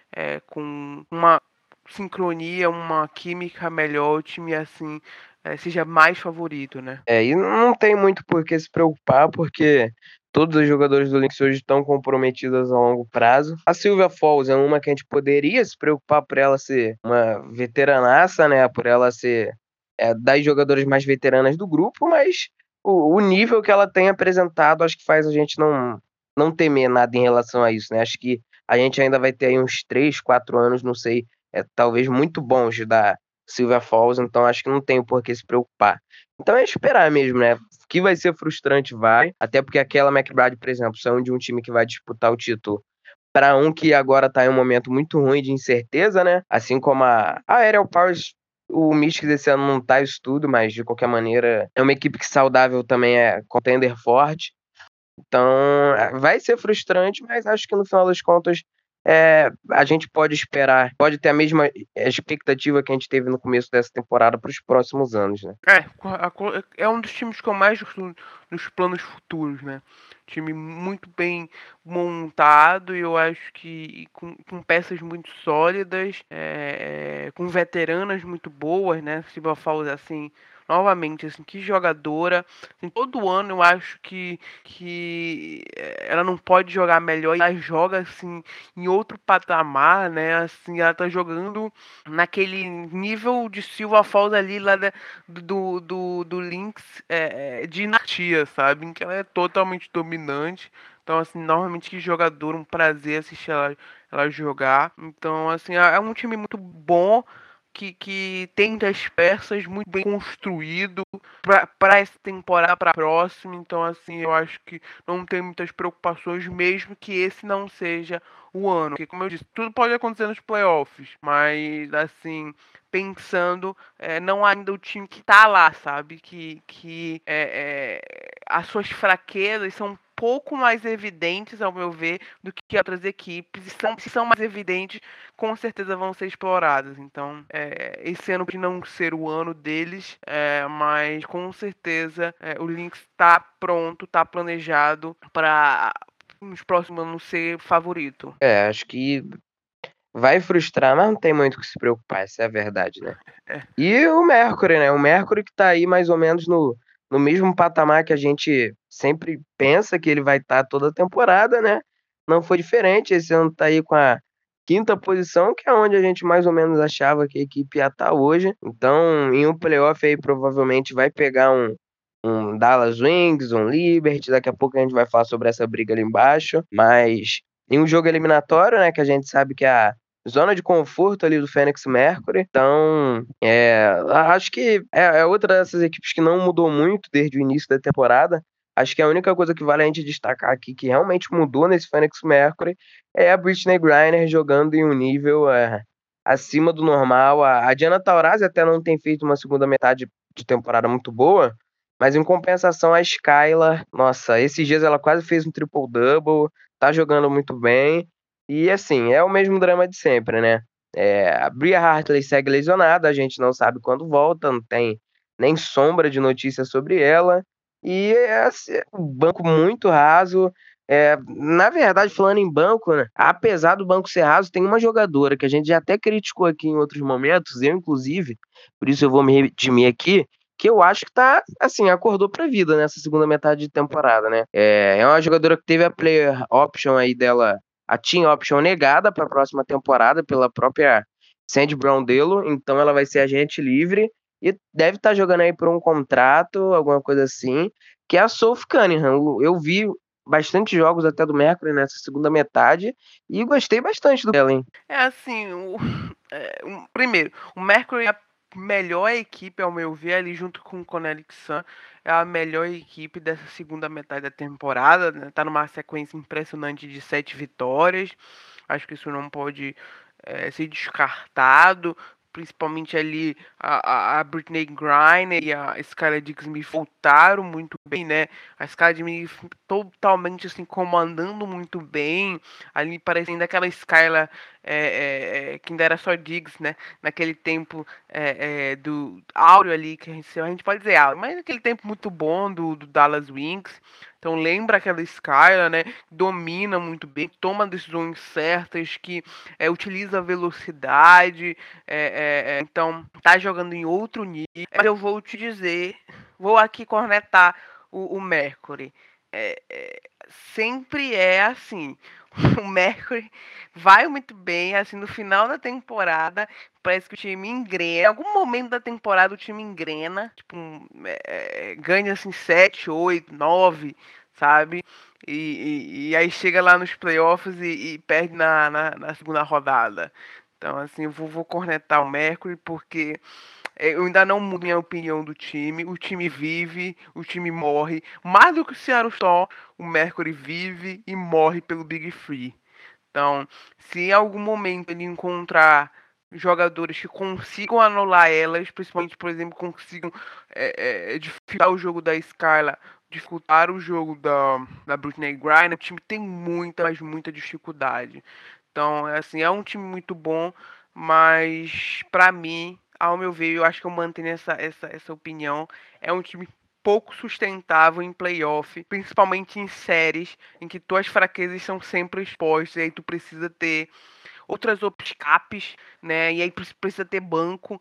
com uma sincronia, uma química melhor, o time assim seja mais favorito, né? E não tem muito por que se preocupar, porque todos os jogadores do Lynx hoje estão comprometidos a longo prazo. A Sylvia Falls é uma que a gente poderia se preocupar por ela ser uma veteranaça, né? Por ela ser das jogadoras mais veteranas do grupo, mas o nível que ela tem apresentado acho que faz a gente não temer nada em relação a isso, né? Acho que a gente ainda vai ter aí uns 3, 4 anos, não sei, talvez muito bons da Sylvia Falls, então acho que não tem por que se preocupar. Então é esperar mesmo, né? Que vai ser frustrante, vai. Até porque aquela McBride, por exemplo, saiu de um time que vai disputar o título para um que agora tá em um momento muito ruim de incerteza, né? Assim como a Aerial Powers, o Mystics esse ano não tá isso tudo, mas de qualquer maneira é uma equipe que saudável também é contender forte. Então vai ser frustrante, mas acho que no final das contas a gente pode esperar, pode ter a mesma expectativa que a gente teve no começo dessa temporada para os próximos anos, né? É um dos times que eu mais gosto nos planos futuros, né? Time muito bem montado e eu acho que com peças muito sólidas, com veteranas muito boas, né? Se eu falar assim, novamente, assim, que jogadora. Assim, todo ano eu acho que ela não pode jogar melhor e ela joga assim em outro patamar, né? Assim, ela tá jogando naquele nível de Silva Falls ali lá do Lynx de dinastia, sabe? Em que ela é totalmente dominante. Então, assim, normalmente que jogador, um prazer assistir ela jogar. Então, assim, é um time muito bom. Que tem muitas peças, muito bem construído para essa temporada, para a próxima. Então, assim, eu acho que não tem muitas preocupações, mesmo que esse não seja o ano. Porque, como eu disse, tudo pode acontecer nos playoffs, mas, assim, pensando, não ainda o time que tá lá, sabe? As suas fraquezas são um pouco mais evidentes, ao meu ver, do que outras equipes. E se são mais evidentes, com certeza vão ser exploradas. Então, esse ano pode não ser o ano deles, mas com certeza o Lynx está pronto, está planejado para nos próximos anos ser favorito. Acho que vai frustrar, mas não tem muito o que se preocupar, essa é a verdade, né? E o Mercury, né? O Mercury que tá aí mais ou menos no mesmo patamar que a gente sempre pensa que ele vai estar toda a temporada, né? Não foi diferente, esse ano tá aí com a 5ª posição, que é onde a gente mais ou menos achava que a equipe ia estar hoje. Então, em um playoff aí, provavelmente vai pegar um Dallas Wings, um Liberty, daqui a pouco a gente vai falar sobre essa briga ali embaixo, mas em um jogo eliminatório, né, que a gente sabe que é a zona de conforto ali do Phoenix Mercury. Então, acho que é outra dessas equipes que não mudou muito desde o início da temporada. Acho que a única coisa que vale a gente destacar aqui que realmente mudou nesse Phoenix Mercury é a Brittney Griner jogando em um nível acima do normal. A Diana Taurasi até não tem feito uma segunda metade de temporada muito boa, mas em compensação a Skylar, nossa, esses dias ela quase fez um triple-double, tá jogando muito bem. E assim, é o mesmo drama de sempre, né? A Bria Hartley segue lesionada, a gente não sabe quando volta, não tem nem sombra de notícia sobre ela. E assim, um banco muito raso. Na verdade, falando em banco, né, apesar do banco ser raso, tem uma jogadora que a gente já até criticou aqui em outros momentos, eu inclusive, por isso eu vou me redimir aqui, que eu acho que tá, assim, acordou pra vida nessa segunda metade de temporada, né? É uma jogadora que teve a player option aí dela, a team option negada para a próxima temporada pela própria Sandy Browndello, então ela vai ser agente livre e deve estar jogando aí por um contrato, alguma coisa assim, que é a Sophie Cunningham. Eu vi bastante jogos até do Mercury nessa segunda metade e gostei bastante dela, hein? Assim, primeiro, o Mercury melhor equipe, ao meu ver, ali junto com o Coneric Sun, é a melhor equipe dessa segunda metade da temporada, né? Tá numa sequência impressionante de 7 vitórias. Acho que isso não pode ser descartado. Principalmente ali a Brittney Griner e a Skylar Dick-Smith voltaram muito bem, né? A Skylar Dick-Smith totalmente assim, comandando muito bem. Ali parecendo aquela Skylar que ainda era só Diggs, né? Naquele tempo do áureo ali, que a gente pode dizer áureo, mas naquele tempo muito bom do Dallas Wings. Então lembra aquela Skylar, né? Domina muito bem, toma decisões certas, que utiliza a velocidade. Então tá jogando em outro nível. Mas eu vou te dizer, vou aqui cornetar o Mercury. Sempre é assim. O Mercury vai muito bem, assim, no final da temporada, parece que o time engrena. Em algum momento da temporada o time engrena, tipo, ganha assim 7, 8, 9, sabe? E aí chega lá nos playoffs e perde na segunda rodada. Então, assim, eu vou cornetar o Mercury porque eu ainda não mudo minha opinião do time. O time vive, o time morre. Mais do que o Seattle Storm, o Mercury vive e morre pelo Big Three. Então, se em algum momento ele encontrar jogadores que consigam anular elas, principalmente, por exemplo, consigam dificultar o jogo da Skylar, dificultar o jogo da Brittney Griner, o time tem muita, mas muita dificuldade. Então, assim, é um time muito bom, mas pra mim, ao meu ver, eu acho que eu mantenho essa opinião. É um time pouco sustentável em playoff, principalmente em séries em que tuas fraquezas são sempre expostas, e aí tu precisa ter outras escapes, né? E aí precisa ter banco,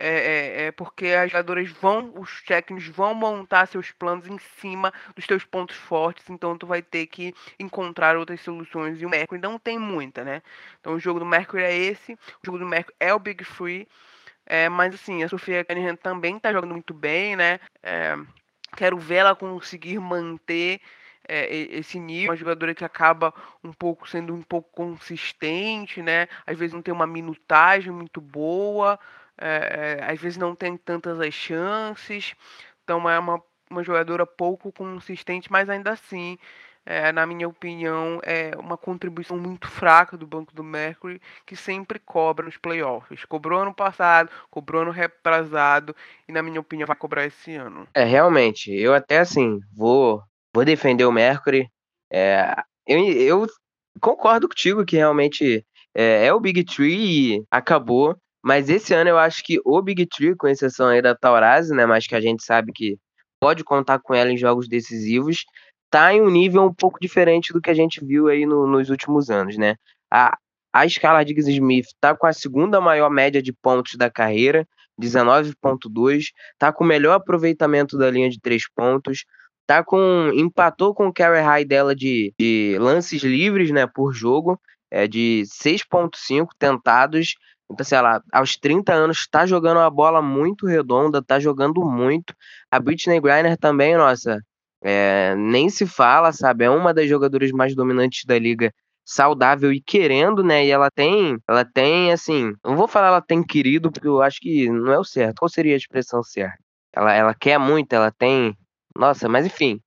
porque as jogadoras os técnicos vão montar seus planos em cima dos teus pontos fortes, então tu vai ter que encontrar outras soluções. E o Mercury não tem muita, né? Então o jogo do Mercury é esse, o jogo do Mercury é o Big Three, mas assim, a Sofia Cunningham também tá jogando muito bem, né? Quero ver ela conseguir manter esse nível, uma jogadora que acaba sendo um pouco consistente, né? Às vezes não tem uma minutagem muito boa, às vezes não tem tantas as chances, então é uma jogadora pouco consistente, mas ainda assim, na minha opinião, é uma contribuição muito fraca do banco do Mercury, que sempre cobra nos playoffs. Cobrou ano passado, cobrou ano retrasado, e na minha opinião vai cobrar esse ano. Realmente, eu até assim, vou defender o Mercury. Eu concordo contigo que realmente é o Big Three e acabou. Mas esse ano eu acho que o Big Three, com exceção aí da Taurasi, né? Mas que a gente sabe que pode contar com ela em jogos decisivos, tá em um nível um pouco diferente do que a gente viu aí nos últimos anos, né? A, a Skylar Diggs-Smith tá com a segunda maior média de pontos da carreira, 19,2, tá com o melhor aproveitamento da linha de 3 pontos, empatou com o carry high dela de lances livres, né, por jogo, de 6,5 tentados. Então, sei lá, aos 30 anos tá jogando uma bola muito redonda, tá jogando muito. A Brittney Griner também, nossa, nem se fala, sabe? É uma das jogadoras mais dominantes da liga, saudável e querendo, né? E ela tem, assim, não vou falar ela tem querido, porque eu acho que não é o certo. Qual seria a expressão certa? Ela quer muito, ela tem, nossa, mas enfim,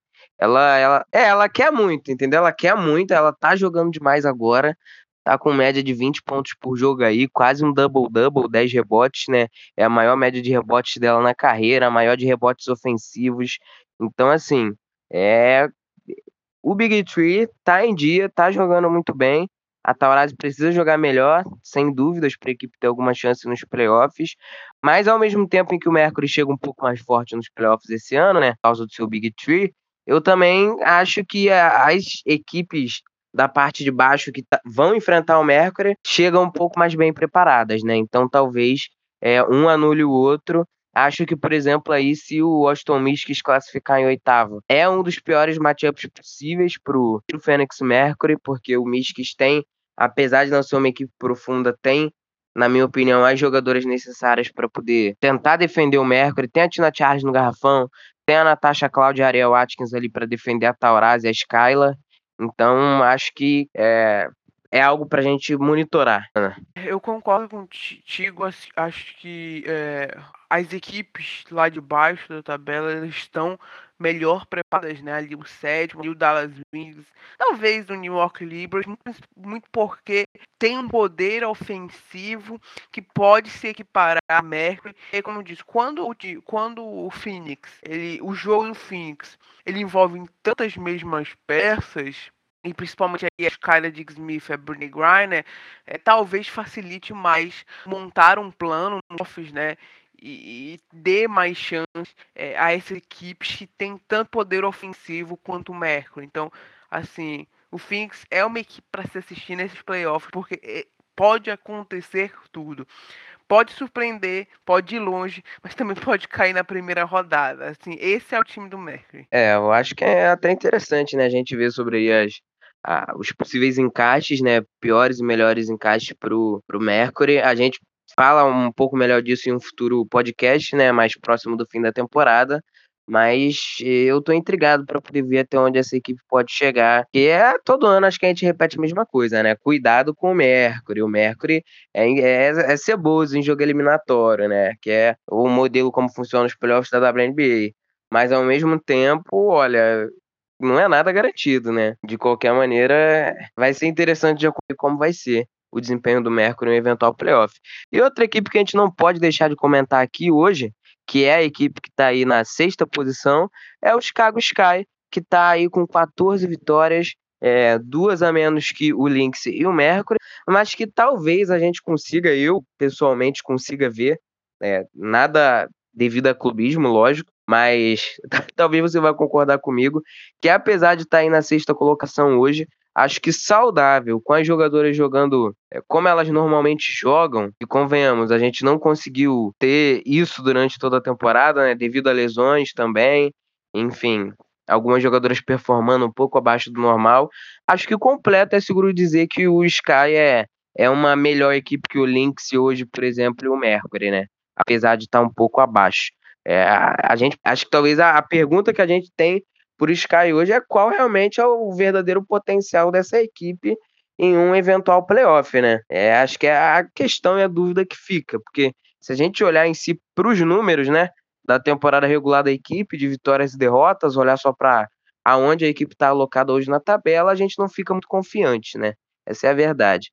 ela quer muito, entendeu? Ela quer muito, ela tá jogando demais agora, tá com média de 20 pontos por jogo aí, quase um double-double, 10 rebotes, né? É a maior média de rebotes dela na carreira, a maior de rebotes ofensivos. Então, assim, é o Big Three tá em dia, tá jogando muito bem. A Taurasi precisa jogar melhor, sem dúvidas, para a equipe ter alguma chance nos playoffs. Mas ao mesmo tempo em que o Mercury chega um pouco mais forte nos playoffs esse ano, né, por causa do seu Big Three, eu também acho que as equipes da parte de baixo que vão enfrentar o Mercury chegam um pouco mais bem preparadas, né? Então talvez um anule o outro. Acho que, por exemplo, aí se o Washington Mystics classificar em oitavo, é um dos piores matchups possíveis pro Phoenix Mercury, porque o Mystics tem, apesar de não ser uma equipe profunda, tem, na minha opinião, as jogadoras necessárias para poder tentar defender o Mercury. Tem a Tina Charles no garrafão, tem a Natasha Cloud e a Ariel Atkins ali para defender a Taurasi e a Skylar. Então, acho que é algo pra gente monitorar, né? Eu concordo contigo, acho que as equipes lá de baixo da tabela elas estão melhor preparadas, né? Ali o sétimo, ali o Dallas Wings, talvez o New York Liberty, muito porque tem um poder ofensivo que pode se equiparar a Mercury. E como eu disse, quando o Phoenix, o jogo do Phoenix, ele envolve tantas mesmas peças, e principalmente aí a escala de Smith e a Brittney Griner, talvez facilite mais montar um plano no office, né? E dê mais chance a essas equipes que têm tanto poder ofensivo quanto o Mercury. Então, assim, o Phoenix é uma equipe para se assistir nesses playoffs, porque pode acontecer tudo. Pode surpreender, pode ir longe, mas também pode cair na primeira rodada. Assim, esse é o time do Mercury. Eu acho que é até interessante, né, a gente ver sobre aí os possíveis encaixes, né, piores e melhores encaixes pro Mercury. A gente fala um pouco melhor disso em um futuro podcast, né, mais próximo do fim da temporada, mas eu tô intrigado para poder ver até onde essa equipe pode chegar. E todo ano acho que a gente repete a mesma coisa, né, cuidado com o Mercury. O Mercury é ceboso em jogo eliminatório, né, que é o modelo como funciona os playoffs da WNBA. Mas ao mesmo tempo, olha, não é nada garantido, né? De qualquer maneira, vai ser interessante de acompanhar como vai ser o desempenho do Mercury no eventual playoff. E outra equipe que a gente não pode deixar de comentar aqui hoje, que é a equipe que está aí na 6ª posição, é o Chicago Sky, que está aí com 14 vitórias, 2 a menos que o Lynx e o Mercury, mas que talvez a gente consiga, eu pessoalmente consiga ver, nada devido a clubismo, lógico, mas talvez você vá concordar comigo que apesar de estar aí na 6ª colocação hoje, acho que saudável, com as jogadoras jogando como elas normalmente jogam, e convenhamos, a gente não conseguiu ter isso durante toda a temporada, né, devido a lesões também, enfim, algumas jogadoras performando um pouco abaixo do normal. Acho que o completo é seguro dizer que o Sky é uma melhor equipe que o Lynx hoje, por exemplo, e o Mercury, né? Apesar de estar um pouco abaixo. A gente acho que talvez a pergunta que a gente tem por Sky hoje é qual realmente é o verdadeiro potencial dessa equipe em um eventual playoff, né? Acho que é a questão e a dúvida que fica, porque se a gente olhar em si para os números, né, da temporada regular da equipe, de vitórias e derrotas, olhar só para aonde a equipe está alocada hoje na tabela, a gente não fica muito confiante, né? Essa é a verdade.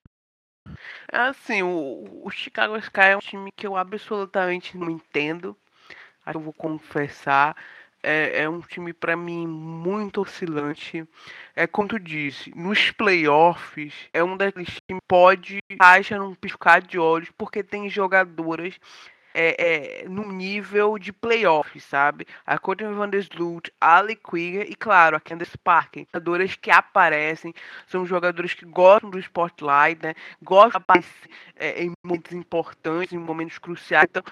Assim, o Chicago Sky é um time que eu absolutamente não entendo. Eu vou confessar. É um time para mim muito oscilante. É como tu disse, nos playoffs é um daqueles times que pode acha num piscar de olhos porque tem jogadoras no nível de playoffs, sabe? A Courtney Vandersloot, a Ali Krieger e, claro, a Candace Parker. Jogadoras que aparecem, são jogadores que gostam do spotlight, né? Gostam de aparecer em momentos importantes, em momentos cruciais. Então,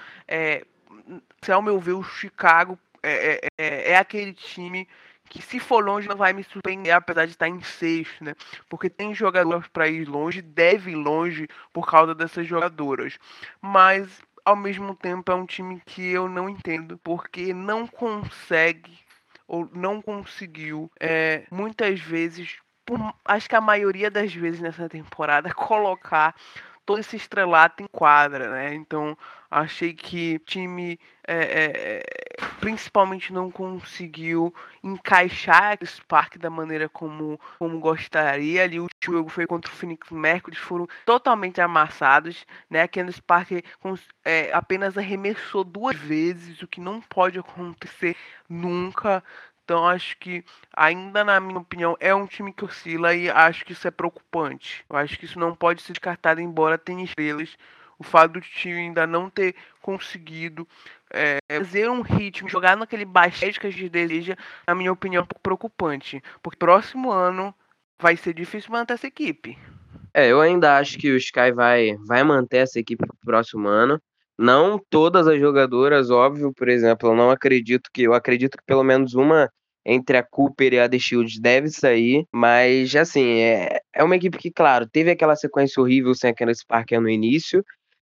se ao meu ver, o Chicago é aquele time que se for longe não vai me surpreender, apesar de estar em sexto, né? Porque tem jogadores para ir longe, deve ir longe por causa dessas jogadoras. Mas ao mesmo tempo é um time que eu não entendo, porque não consegue ou não conseguiu muitas vezes, acho que a maioria das vezes nessa temporada, colocar todo esse estrelato em quadra, né? Então achei que o time principalmente não conseguiu encaixar esse Spark da maneira como gostaria. Ali o jogo foi contra o Phoenix Mercury, foram totalmente amassados, né? A Candace Parker apenas arremessou 2 vezes, o que não pode acontecer nunca. Então acho que, ainda na minha opinião, é um time que oscila e acho que isso é preocupante. Eu acho que isso não pode ser descartado, embora tenha estrelas. O fato do time ainda não ter conseguido fazer um ritmo, jogar naquele basquete que a gente deseja, na minha opinião, é um pouco preocupante. Porque próximo ano vai ser difícil manter essa equipe. Eu ainda acho que o Sky vai manter essa equipe pro próximo ano. Não todas as jogadoras, óbvio, por exemplo, eu acredito que pelo menos uma entre a Cooper e a The Shields deve sair, mas assim, é uma equipe que, claro, teve aquela sequência horrível sem a Candace Parker no início,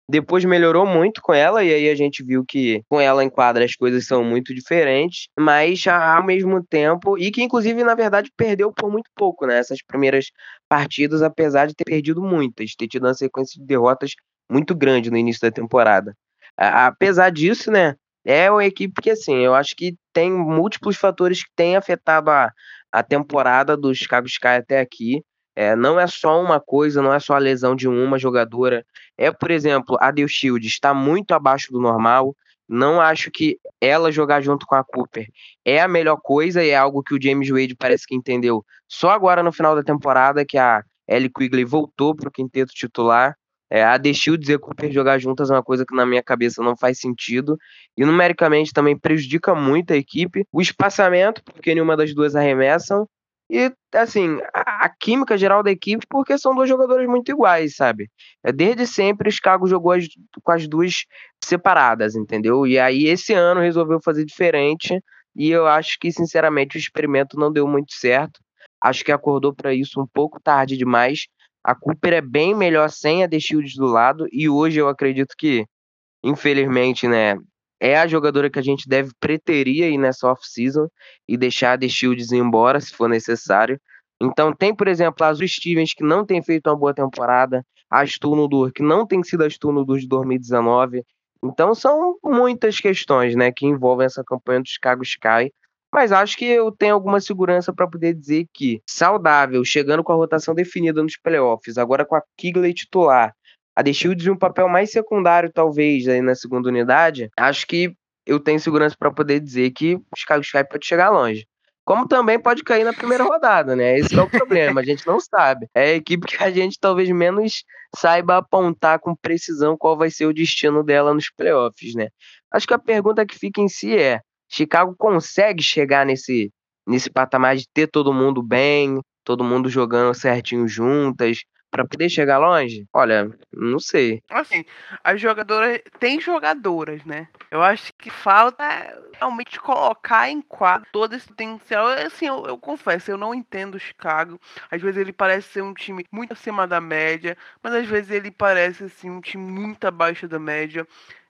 Depois melhorou muito com ela, e aí a gente viu que com ela em quadra as coisas são muito diferentes, mas ao mesmo tempo, e que inclusive na verdade perdeu por muito pouco, né? Essas primeiras partidas, apesar de ter perdido muitas, ter tido uma sequência de derrotas muito grande no início da temporada. Apesar disso, né? É uma equipe que, assim, eu acho que tem múltiplos fatores que têm afetado a temporada do Chicago Sky até aqui. Não é só uma coisa, não é só a lesão de uma jogadora. Por exemplo, a Del Shield está muito abaixo do normal. Não acho que ela jogar junto com a Cooper é a melhor coisa e é algo que o James Wade parece que entendeu só agora no final da temporada, que a Ellie Quigley voltou para o quinteto titular. A The Shields e a Cooper jogar juntas é uma coisa que na minha cabeça não faz sentido. E numericamente também prejudica muito a equipe. O espaçamento, porque nenhuma das duas arremessam. E, assim, a química geral da equipe, porque são duas jogadoras muito iguais, sabe? Desde sempre o Chicago jogou com as duas separadas, entendeu? E aí esse ano resolveu fazer diferente. E eu acho que, sinceramente, o experimento não deu muito certo. Acho que acordou para isso um pouco tarde demais. A Cooper é bem melhor sem a The Shields do lado. E hoje eu acredito que, infelizmente, né, é a jogadora que a gente deve preterir aí nessa off-season e deixar a The Shields ir embora, se for necessário. Então tem, por exemplo, a Azul Stevens, que não tem feito uma boa temporada, a Stu Nudur, que não tem sido a Stu Nudur de 2019. Então são muitas questões, né, que envolvem essa campanha do Chicago Sky. Mas acho que eu tenho alguma segurança para poder dizer que, saudável, chegando com a rotação definida nos playoffs, agora com a Quigley titular, a The Shields em um papel mais secundário, talvez, aí na segunda unidade, acho que eu tenho segurança para poder dizer que o Chicago Sky pode chegar longe. Como também pode cair na primeira rodada, né? Esse que é o problema, a gente não sabe. É a equipe que a gente talvez menos saiba apontar com precisão qual vai ser o destino dela nos playoffs, né? Acho que a pergunta que fica em si é: Chicago consegue chegar nesse patamar de ter todo mundo bem, todo mundo jogando certinho juntas, para poder chegar longe? Olha, não sei. Assim, as jogadoras. Tem jogadoras, né? Eu acho que falta realmente colocar em quadro todo esse potencial. Assim, eu confesso, eu não entendo o Chicago. Às vezes ele parece ser um time muito acima da média, mas às vezes ele parece assim, um time muito abaixo da média.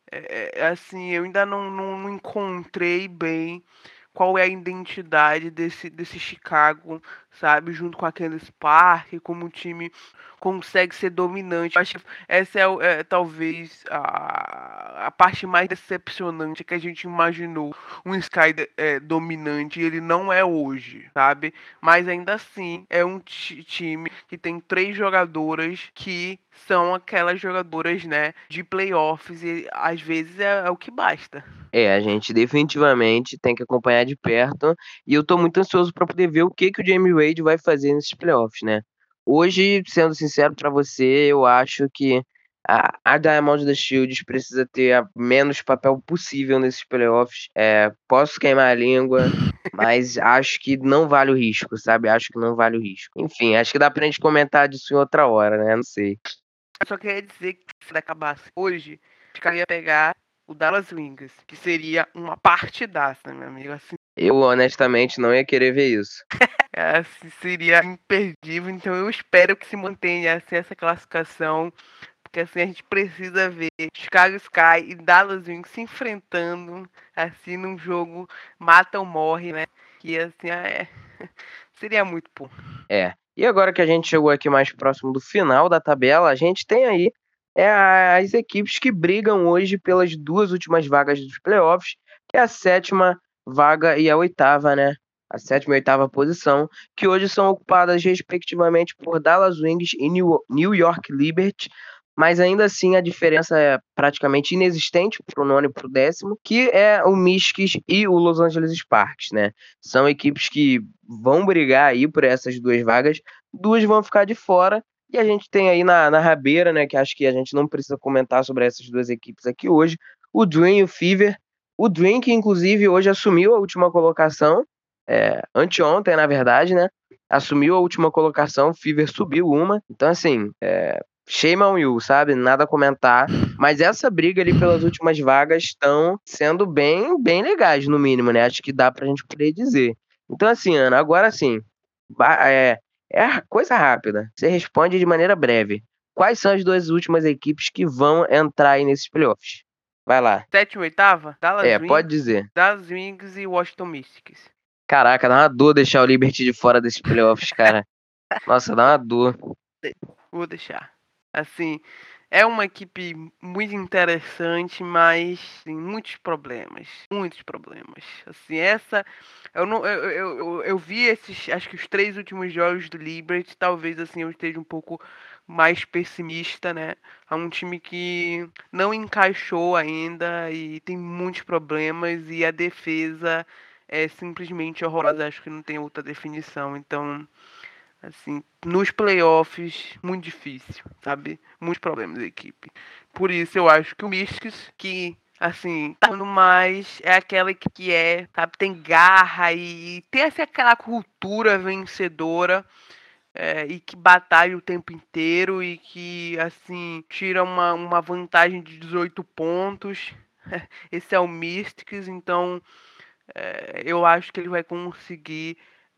Assim, eu ainda não encontrei bem qual é a identidade desse Chicago, sabe? Junto com aquele Spark, como o time consegue ser dominante. Acho que essa talvez a parte mais decepcionante que a gente imaginou. Um Sky dominante, ele não é hoje, sabe? Mas ainda assim, é um time que tem 3 jogadoras que são aquelas jogadoras, né, de playoffs, e às vezes é o que basta. A gente definitivamente tem que acompanhar de perto e eu tô muito ansioso para poder ver o que o Jamie Wade vai fazer nesses playoffs, né? Hoje, sendo sincero para você, eu acho que a Diamond da Shields precisa ter o menos papel possível nesses playoffs. Posso queimar a língua, mas acho que não vale o risco, sabe? Acho que não vale o risco. Enfim, acho que dá pra gente comentar disso em outra hora, né? Não sei. Eu só queria dizer que se acabasse hoje, ficaria pegar o Dallas Wings, que seria uma partidaça, meu amigo. Assim, Eu honestamente não ia querer ver isso. assim, seria imperdível, então eu espero que se mantenha assim, essa classificação, porque assim a gente precisa ver Chicago Sky e Dallas Wings se enfrentando assim num jogo mata ou morre, né? Que assim seria muito bom. E agora que a gente chegou aqui mais próximo do final da tabela, a gente tem aí as equipes que brigam hoje pelas 2 últimas vagas dos playoffs, que é a 7ª vaga e a 8ª, né? A 7ª e 8ª posição, que hoje são ocupadas respectivamente por Dallas Wings e New York Liberty, mas ainda assim a diferença é praticamente inexistente para o 9º e para o 10º, que é o Mystics e o Los Angeles Sparks, né? São equipes que vão brigar aí por essas 2 vagas, 2 vão ficar de fora, e a gente tem aí na rabeira, né, que acho que a gente não precisa comentar sobre essas 2 equipes aqui hoje, o Dream e o Fever. O Dream, que inclusive hoje assumiu a última colocação, anteontem, na verdade, né? Assumiu a última colocação, o Fever subiu uma. Então, assim, shame on you, sabe? Nada a comentar. Mas essa briga ali pelas últimas vagas estão sendo bem, bem legais, no mínimo, né? Acho que dá pra gente poder dizer. Então, assim, Ana, agora sim, é coisa rápida. Você responde de maneira breve. quais são as duas últimas equipes que vão entrar aí nesses playoffs? Vai lá. 7ª e 8ª? Pode dizer. Dallas Wings e Washington Mystics. Caraca, dá uma dor deixar o Liberty de fora desses playoffs, cara. Nossa, dá uma dor. Vou deixar. Assim, é uma equipe muito interessante, mas tem muitos problemas. Muitos problemas. Assim, essa. Eu vi esses. Acho que os 3 últimos jogos do Liberty. Talvez assim eu esteja um pouco mais pessimista, né? É um time que não encaixou ainda e tem muitos problemas. E a defesa é simplesmente horrorosa. Acho que não tem outra definição. Então. Assim, nos playoffs, muito difícil, sabe? Muitos problemas da equipe. Por isso eu acho que o Mystics, que, assim, tá dando mais, é aquela que sabe, tem garra e tem aquela cultura vencedora e que batalha o tempo inteiro e que, assim, tira uma vantagem de 18 pontos. Esse é o Mystics, então eu acho que ele vai conseguir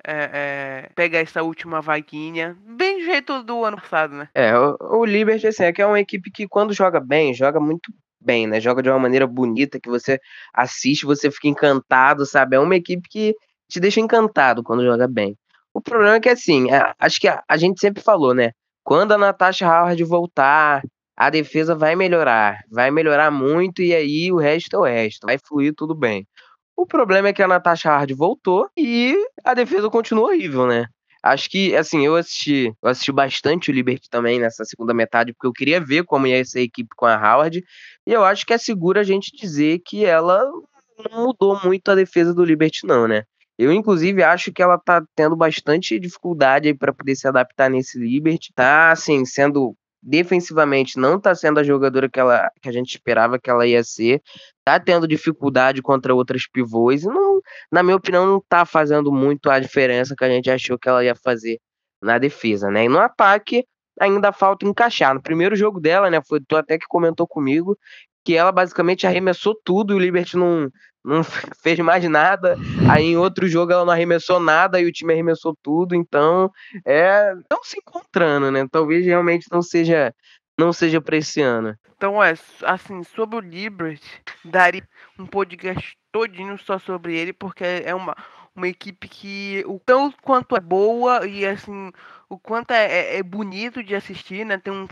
pegar essa última vaguinha, bem do jeito do ano passado, né? O Liberty, assim, é que é uma equipe que quando joga bem, joga muito bem, né? Joga de uma maneira bonita, que você assiste, você fica encantado, sabe? É uma equipe que te deixa encantado quando joga bem. O problema é que, assim, acho que a gente sempre falou, né? Quando a Natasha Howard voltar, a defesa vai melhorar muito, e aí o resto é o resto, vai fluir tudo bem. O problema é que a Natasha Howard voltou e a defesa continua horrível, né? Acho que, assim, eu assisti bastante o Liberty também nessa segunda metade, porque eu queria ver como ia ser a equipe com a Howard, e eu acho que é seguro a gente dizer que ela não mudou muito a defesa do Liberty, não, né? Eu, inclusive, acho que ela tá tendo bastante dificuldade aí para poder se adaptar nesse Liberty. Tá, assim, sendo defensivamente, não tá sendo a jogadora que a gente esperava que ela ia ser. Tá tendo dificuldade contra outras pivôs e não, na minha opinião, não tá fazendo muito a diferença que a gente achou que ela ia fazer na defesa, né? E no ataque ainda falta encaixar. No primeiro jogo dela, né, tu até que comentou comigo que ela basicamente arremessou tudo e o Liberty não fez mais nada. Aí em outro jogo ela não arremessou nada e o time arremessou tudo. Então, estão se encontrando, né? Talvez realmente não seja para esse ano. Então, assim, sobre o Liberty, daria um podcast todinho só sobre ele, porque é uma equipe que o tanto quanto é boa e, assim, o quanto é bonito de assistir, né? Tem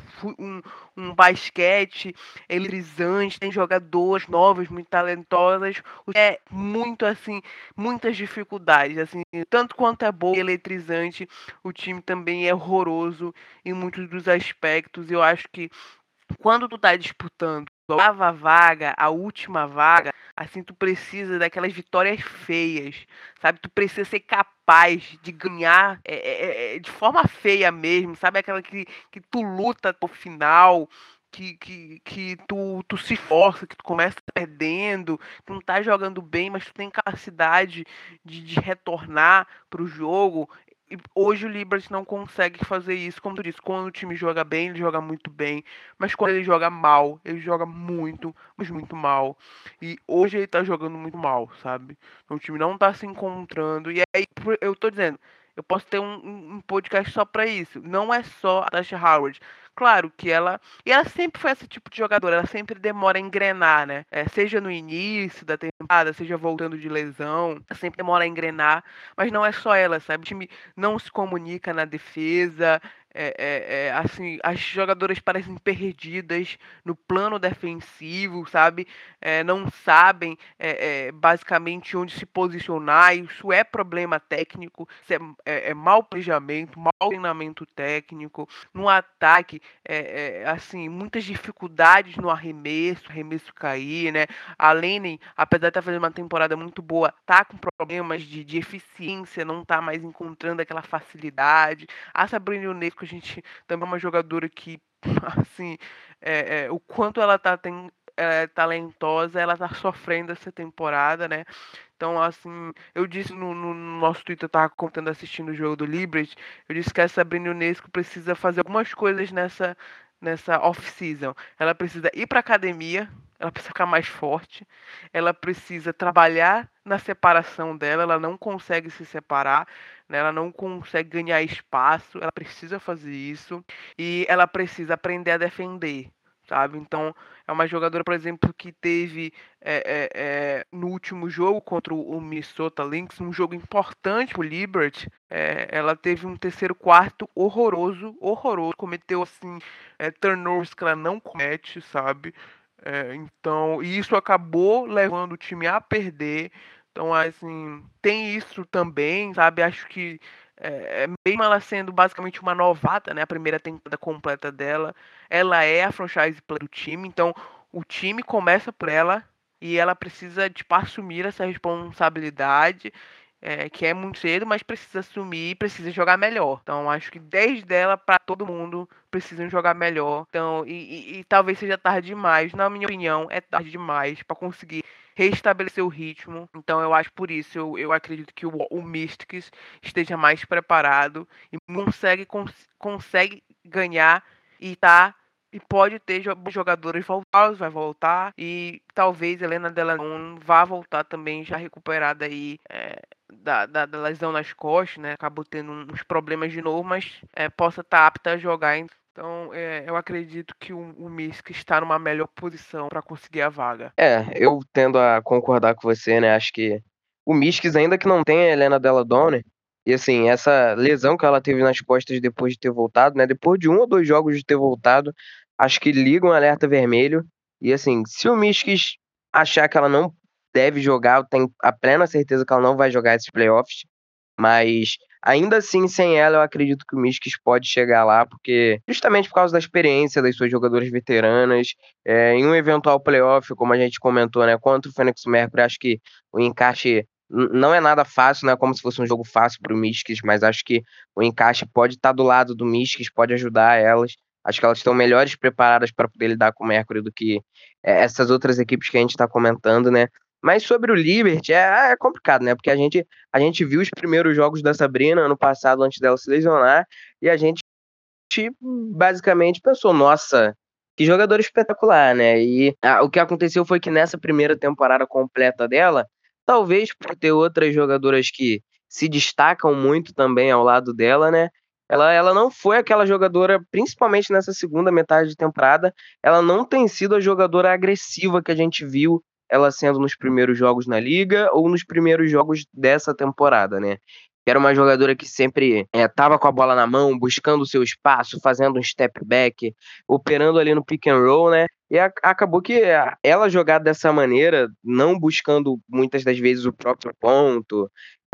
um basquete eletrizante, tem jogadoras novas, muito talentosas, é muito, assim, muitas dificuldades, assim, tanto quanto é boa e eletrizante, o time também é horroroso em muitos dos aspectos. Eu acho que quando tu tá disputando a oitava vaga, a última vaga, assim, tu precisa daquelas vitórias feias, sabe? Tu precisa ser capaz de ganhar de forma feia mesmo, sabe? Aquela que tu luta até o final, que tu se força, que tu começa perdendo, tu não tá jogando bem, mas tu tem capacidade de retornar pro jogo. E hoje o Liberty não consegue fazer isso, como tu disse, quando o time joga bem, ele joga muito bem, mas quando ele joga mal, ele joga muito, mas muito mal. E hoje ele tá jogando muito mal, sabe? Então, o time não tá se encontrando, e aí eu tô dizendo, eu posso ter um podcast só pra isso, não é só a Tasha Howard. Claro que ela sempre foi esse tipo de jogadora, ela sempre demora a engrenar, né? Seja no início da temporada, seja voltando de lesão, ela sempre demora a engrenar, mas não é só ela, sabe? O time não se comunica na defesa, assim, as jogadoras parecem perdidas no plano defensivo, sabe? Não sabem basicamente onde se posicionar. Isso é problema técnico, isso é mau planejamento, mau treinamento técnico. No ataque, assim, muitas dificuldades no arremesso cair, né? A Lane, apesar de estar fazendo uma temporada muito boa, tá com problemas de eficiência, não tá mais encontrando aquela facilidade. A Sabrina Ionesco, a gente também é uma jogadora que, assim, o quanto ela é talentosa, ela tá sofrendo essa temporada, né? Então, assim, eu disse no nosso Twitter, eu tava contando assistindo o jogo do Liberty, eu disse que a Sabrina Ionesco precisa fazer algumas coisas nessa off-season. Ela precisa ir pra academia, ela precisa ficar mais forte, ela precisa trabalhar na separação dela, ela não consegue se separar, né? Ela não consegue ganhar espaço, ela precisa fazer isso e ela precisa aprender a defender, sabe? Então, é uma jogadora, por exemplo, que teve no último jogo contra o Minnesota Lynx, um jogo importante pro Liberty, ela teve um terceiro quarto horroroso, cometeu assim turnovers que ela não comete, sabe? Então, e isso acabou levando o time a perder. Então, assim, tem isso também, sabe? Acho que mesmo ela sendo basicamente uma novata, né? A primeira temporada completa dela, ela é a franchise player do time. Então, o time começa por ela e ela precisa, tipo, assumir essa responsabilidade, que é muito cedo, mas precisa assumir e precisa jogar melhor. Então, acho que desde ela para todo mundo precisam jogar melhor. Então, e talvez seja tarde demais. Na minha opinião, é tarde demais para conseguir restabelecer o ritmo. Então, eu acho por isso, eu acredito que o Mystics esteja mais preparado e consegue ganhar e tá. E pode ter jogadores voltados, vai voltar. E talvez Helena Delannon vá voltar também, já recuperada aí da lesão nas costas, né? Acabou tendo uns problemas de novo, mas possa estar apta a jogar. Então, eu acredito que o Misk está numa melhor posição para conseguir a vaga. Eu tendo a concordar com você, né? Acho que o Mystics, ainda que não tenha a Helena Della Donner, e assim, essa lesão que ela teve nas costas depois de ter voltado, né? Depois de 1 ou 2 jogos de ter voltado, acho que liga um alerta vermelho. E assim, se o Mystics achar que ela não deve jogar, eu tenho a plena certeza que ela não vai jogar esses playoffs. Mas ainda assim, sem ela, eu acredito que o Mystics pode chegar lá, porque justamente por causa da experiência das suas jogadoras veteranas, em um eventual playoff, como a gente comentou, né, contra o Phoenix Mercury, acho que o encaixe não é nada fácil, não é como se fosse um jogo fácil para o Mystics, mas acho que o encaixe pode estar do lado do Mystics, pode ajudar elas. Acho que elas estão melhores preparadas para poder lidar com o Mercury do que essas outras equipes que a gente está comentando, né? Mas sobre o Liberty é complicado, né? Porque a gente viu os primeiros jogos da Sabrina ano passado, antes dela se lesionar, e a gente basicamente pensou, nossa, que jogador espetacular, né? E o que aconteceu foi que nessa primeira temporada completa dela, talvez por ter outras jogadoras que se destacam muito também ao lado dela, né? Ela não foi aquela jogadora, principalmente nessa segunda metade de temporada, ela não tem sido a jogadora agressiva que a gente viu ela sendo nos primeiros jogos na liga ou nos primeiros jogos dessa temporada, né? Que era uma jogadora que sempre estava com a bola na mão, buscando o seu espaço, fazendo um step back, operando ali no pick and roll, né? E acabou que ela jogar dessa maneira, não buscando muitas das vezes o próprio ponto,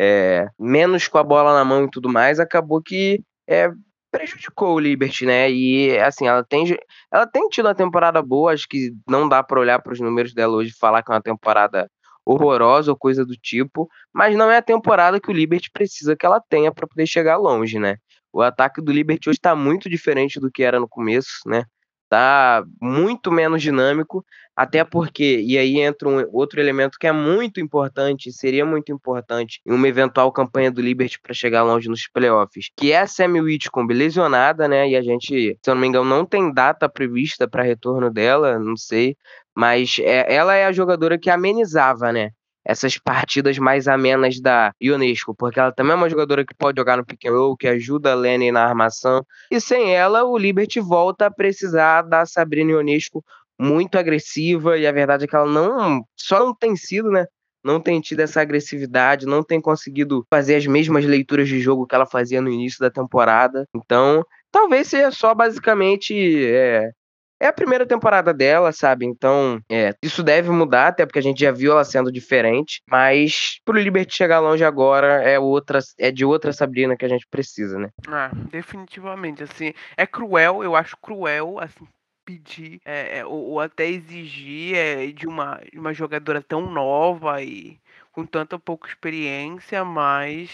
menos com a bola na mão e tudo mais, acabou que prejudicou o Liberty, né? E assim, ela tem tido uma temporada boa, acho que não dá para olhar para os números dela hoje e falar que é uma temporada horrorosa ou coisa do tipo, mas não é a temporada que o Liberty precisa que ela tenha para poder chegar longe, né? O ataque do Liberty hoje está muito diferente do que era no começo, né? Tá muito menos dinâmico, até porque, e aí entra um outro elemento que é muito importante, seria muito importante em uma eventual campanha do Liberty para chegar longe nos playoffs, que é a Sammy Whitcomb lesionada, né? E a gente, se eu não me engano, não tem data prevista para retorno dela, não sei, mas ela é a jogadora que amenizava, né? Essas partidas mais amenas da Ionesco, porque ela também é uma jogadora que pode jogar no pick and roll, que ajuda a Lenny na armação, e sem ela o Liberty volta a precisar da Sabrina Ionesco muito agressiva, e a verdade é que ela só não tem sido, né? Não tem tido essa agressividade, não tem conseguido fazer as mesmas leituras de jogo que ela fazia no início da temporada. Então, talvez seja só basicamente a primeira temporada dela, sabe? Então, isso deve mudar, até porque a gente já viu ela sendo diferente. Mas pro Liberty chegar longe agora é de outra Sabrina que a gente precisa, né? Definitivamente, assim, é cruel, eu acho cruel, assim, pedir ou até exigir de uma jogadora tão nova e com tanta pouca experiência, mas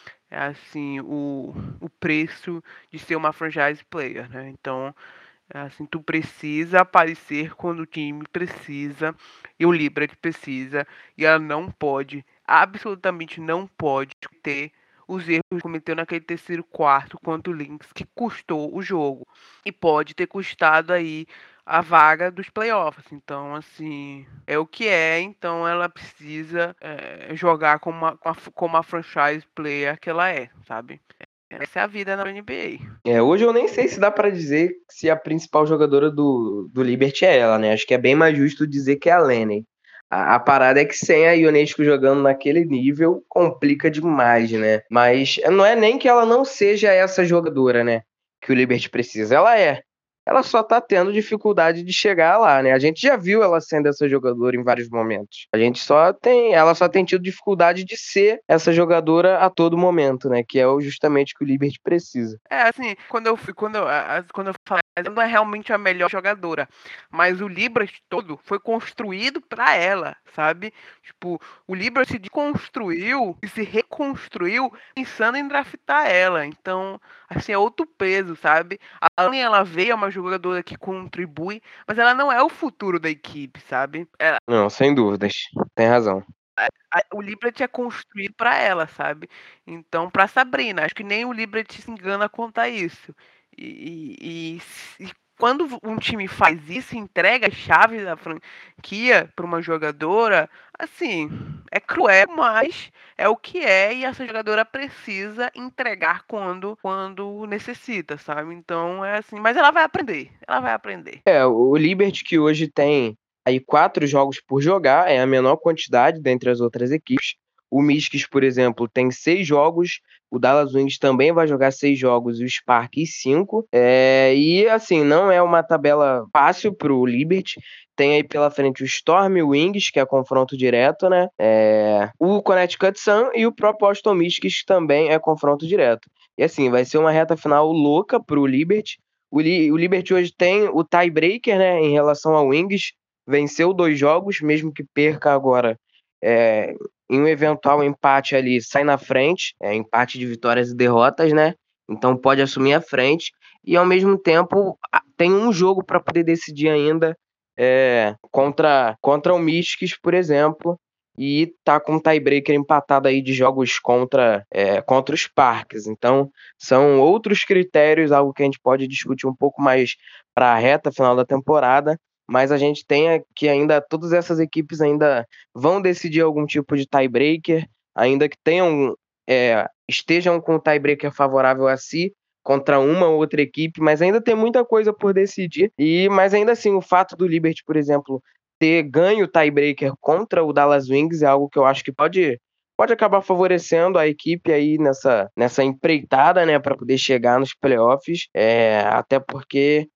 assim, o preço de ser uma franchise player, né? Então, assim, tu precisa aparecer quando o time precisa e o Liberty precisa, e ela não pode, absolutamente não pode ter os erros que cometeu naquele terceiro quarto contra o Lynx, que custou o jogo e pode ter custado aí a vaga dos playoffs. Então, assim, é o que é. Então, ela precisa jogar como a franchise player que ela é, sabe? Essa é a vida na NBA. Hoje eu nem sei se dá pra dizer se a principal jogadora do Liberty é ela, né? Acho que é bem mais justo dizer que é a Lenny. A parada é que sem a Ionesco jogando naquele nível, complica demais, né? Mas não é nem que ela não seja essa jogadora, né? Que o Liberty precisa. Ela é. Ela só tá tendo dificuldade de chegar lá, né? A gente já viu ela sendo essa jogadora em vários momentos. Ela só tem tido dificuldade de ser essa jogadora a todo momento, né? Que é justamente o que o Liberty precisa. Assim, quando eu falei, ela não é realmente a melhor jogadora, mas o Liberty todo foi construído pra ela, sabe? Tipo, o Liberty se construiu e se reconstruiu pensando em draftar ela. Então, assim, é outro peso, sabe? A Anne, ela veio, é uma jogadora que contribui, mas ela não é o futuro da equipe, sabe? Não, sem dúvidas. Tem razão. O Liberty é construído pra ela, sabe? Então, pra Sabrina, acho que nem o Liberty se engana quanto a isso. E quando um time faz isso, entrega a chave da franquia pra uma jogadora, assim, é cruel, mas é o que é e essa jogadora precisa entregar quando necessita, sabe? Então é assim, mas ela vai aprender, ela vai aprender. O Liberty que hoje tem aí 4 jogos por jogar, é a menor quantidade dentre as outras equipes. O Mystics, por exemplo, tem 6 jogos, o Dallas Wings também vai jogar 6 jogos e o Sparks 5. E assim, não é uma tabela fácil pro Liberty. Tem aí pela frente o Storm e o Wings, que é confronto direto, né? O Connecticut Sun e o próprio Boston Mystics também é confronto direto. E assim, vai ser uma reta final louca pro Liberty. O Liberty hoje tem o tiebreaker, né, em relação ao Wings. Venceu 2 jogos, mesmo que perca agora. Em um eventual empate ali, sai na frente. Empate de vitórias e derrotas, né? Então pode assumir a frente. E ao mesmo tempo tem um jogo para poder decidir ainda contra o Mystics, por exemplo. E tá com um tiebreaker empatado aí de jogos contra os Sparks. Então, são outros critérios, algo que a gente pode discutir um pouco mais para a reta final da temporada, mas a gente tem que ainda, todas essas equipes ainda vão decidir algum tipo de tiebreaker, ainda que estejam com o tiebreaker favorável a si, contra uma ou outra equipe, mas ainda tem muita coisa por decidir, mas ainda assim, o fato do Liberty, por exemplo, ter ganho o tiebreaker contra o Dallas Wings é algo que eu acho que pode acabar favorecendo a equipe aí nessa empreitada, né, para poder chegar nos playoffs, até porque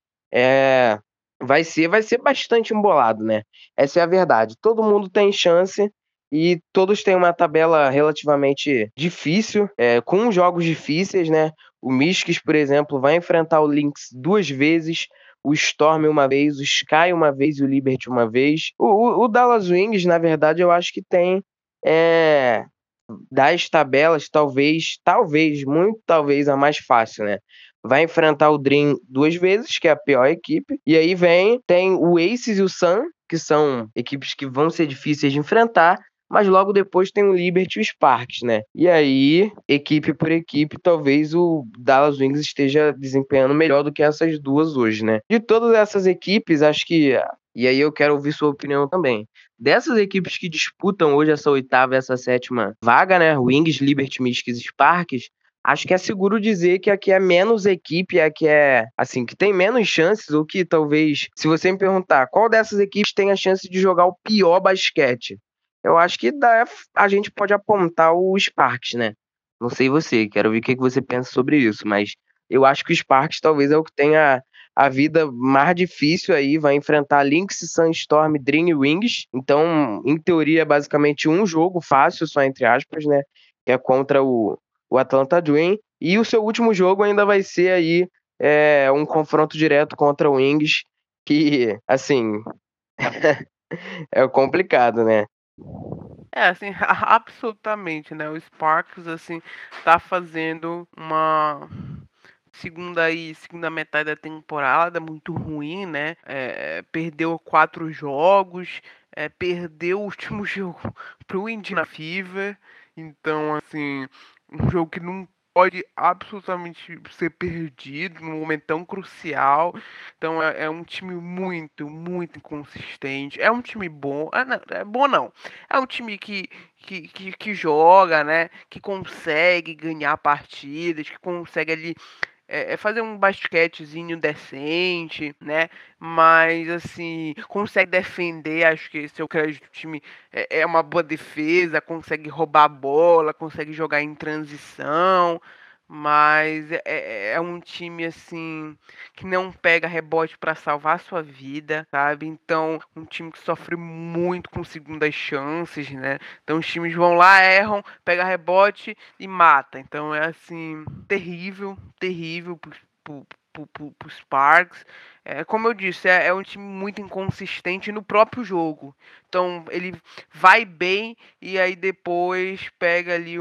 vai ser bastante embolado, né? Essa é a verdade. Todo mundo tem chance e todos têm uma tabela relativamente difícil, com jogos difíceis, né? O Mystics, por exemplo, vai enfrentar o Lynx 2 vezes, o Storm uma vez, o Sky uma vez e o Liberty uma vez. O Dallas Wings, na verdade, eu acho que tem das tabelas, talvez, muito talvez a mais fácil, né? Vai enfrentar o Dream 2 vezes, que é a pior equipe. E aí tem o Aces e o Sun, que são equipes que vão ser difíceis de enfrentar. Mas logo depois tem o Liberty e o Sparks, né? E aí, equipe por equipe, talvez o Dallas Wings esteja desempenhando melhor do que essas duas hoje, né? De todas essas equipes, acho que... E aí eu quero ouvir sua opinião também. Dessas equipes que disputam hoje essa 8ª e essa 7ª vaga, né? Wings, Liberty, Mystics e Sparks, acho que é seguro dizer que aqui é menos equipe, aqui assim, que tem menos chances, ou que talvez, se você me perguntar qual dessas equipes tem a chance de jogar o pior basquete, eu acho que a gente pode apontar o Sparks, né? Não sei você, quero ouvir o que você pensa sobre isso, mas eu acho que o Sparks talvez é o que tenha a vida mais difícil aí, vai enfrentar Lynx, Sunstorm, Dream e Wings. Então, em teoria, é basicamente um jogo fácil, só entre aspas, né? Que é contra o Atlanta Dream. E o seu último jogo ainda vai ser aí um confronto direto contra o Wings, que, assim, é complicado, né? Assim, absolutamente, né? O Sparks, assim, tá fazendo uma segunda metade da temporada muito ruim, né? Perdeu 4 jogos, perdeu o último jogo pro Indiana Fever. Então, assim, um jogo que não pode absolutamente ser perdido num momento tão crucial. Então é um time muito, muito inconsistente. É um time bom. Não, é bom não. É um time que joga, né? Que consegue ganhar partidas, que consegue ali fazer um basquetezinho decente, né? Mas assim, consegue defender, acho que esse é o crédito do time, é uma boa defesa, consegue roubar a bola, consegue jogar em transição, mas é um time assim que não pega rebote para salvar a sua vida, sabe? Então, um time que sofre muito com segundas chances, né? Então os times vão lá, erram, pega rebote e mata. Então é assim, terrível, terrível pros Sparks. Como eu disse, é um time muito inconsistente no próprio jogo. Então ele vai bem e aí depois pega ali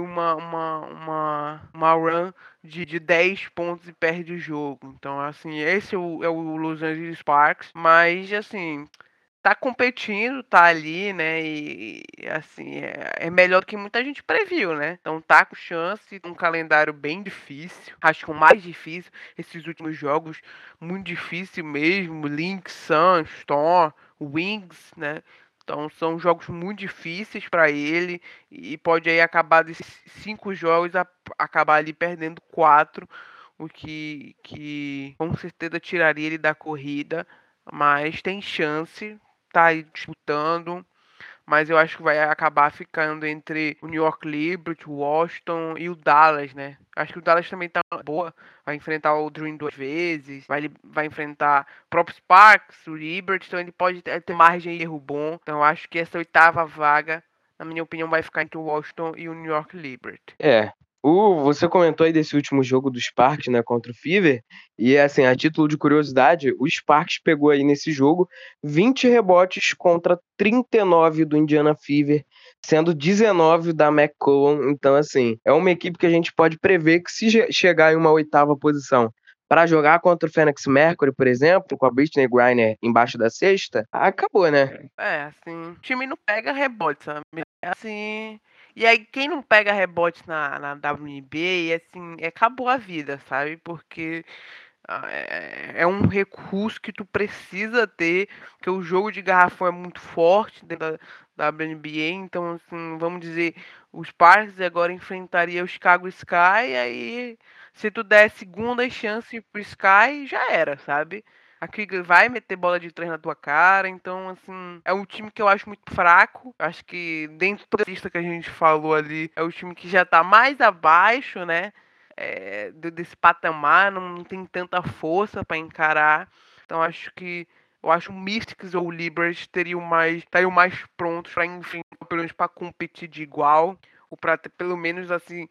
uma run de 10 pontos e perde o jogo. Então, assim, esse é o Los Angeles Sparks. Mas, assim, tá competindo, tá ali, né? E assim, é melhor do que muita gente previu, né? Então tá com chance, um calendário bem difícil. Acho que o mais difícil, esses últimos jogos, muito difícil mesmo. Lynx, Sun, Storm, Wings, né? Então são jogos muito difíceis para ele e pode aí acabar desses 5 jogos acabar ali perdendo 4, o que com certeza tiraria ele da corrida, mas tem chance, tá aí disputando, mas eu acho que vai acabar ficando entre o New York Liberty, o Washington e o Dallas, né? Acho que o Dallas também tá boa, vai enfrentar o Dream 2 vezes, vai enfrentar o próprio Sparks, o Liberty, então ele pode ter margem de erro bom. Então eu acho que essa 8ª vaga, na minha opinião, vai ficar entre o Washington e o New York Liberty. Você comentou aí desse último jogo do Sparks, né, contra o Fever, e assim, a título de curiosidade, o Sparks pegou aí nesse jogo 20 rebotes contra 39 do Indiana Fever, sendo 19 da McCollum. Então, assim, é uma equipe que a gente pode prever que se chegar em uma 8ª posição para jogar contra o Phoenix Mercury, por exemplo, com a Brittney Griner embaixo da cesta, acabou, né? Assim, o time não pega rebote, sabe? Assim, e aí quem não pega rebote na WNBA, assim, acabou a vida, sabe? Porque é um recurso que tu precisa ter, porque o jogo de garrafão é muito forte dentro da WNBA, então, assim, vamos dizer, os Sparks agora enfrentaria o Chicago Sky, e aí se tu der segunda chance pro Sky, já era, sabe? Aqui vai meter bola de 3 na tua cara, então, assim, é um time que eu acho muito fraco. Acho que dentro da lista que a gente falou ali, é o time que já tá mais abaixo, né? Desse patamar, não tem tanta força para encarar. Então eu acho o Mystics ou o Liberty estariam mais prontos para enfrentar, pelo menos para competir de igual, ou para pelo menos assim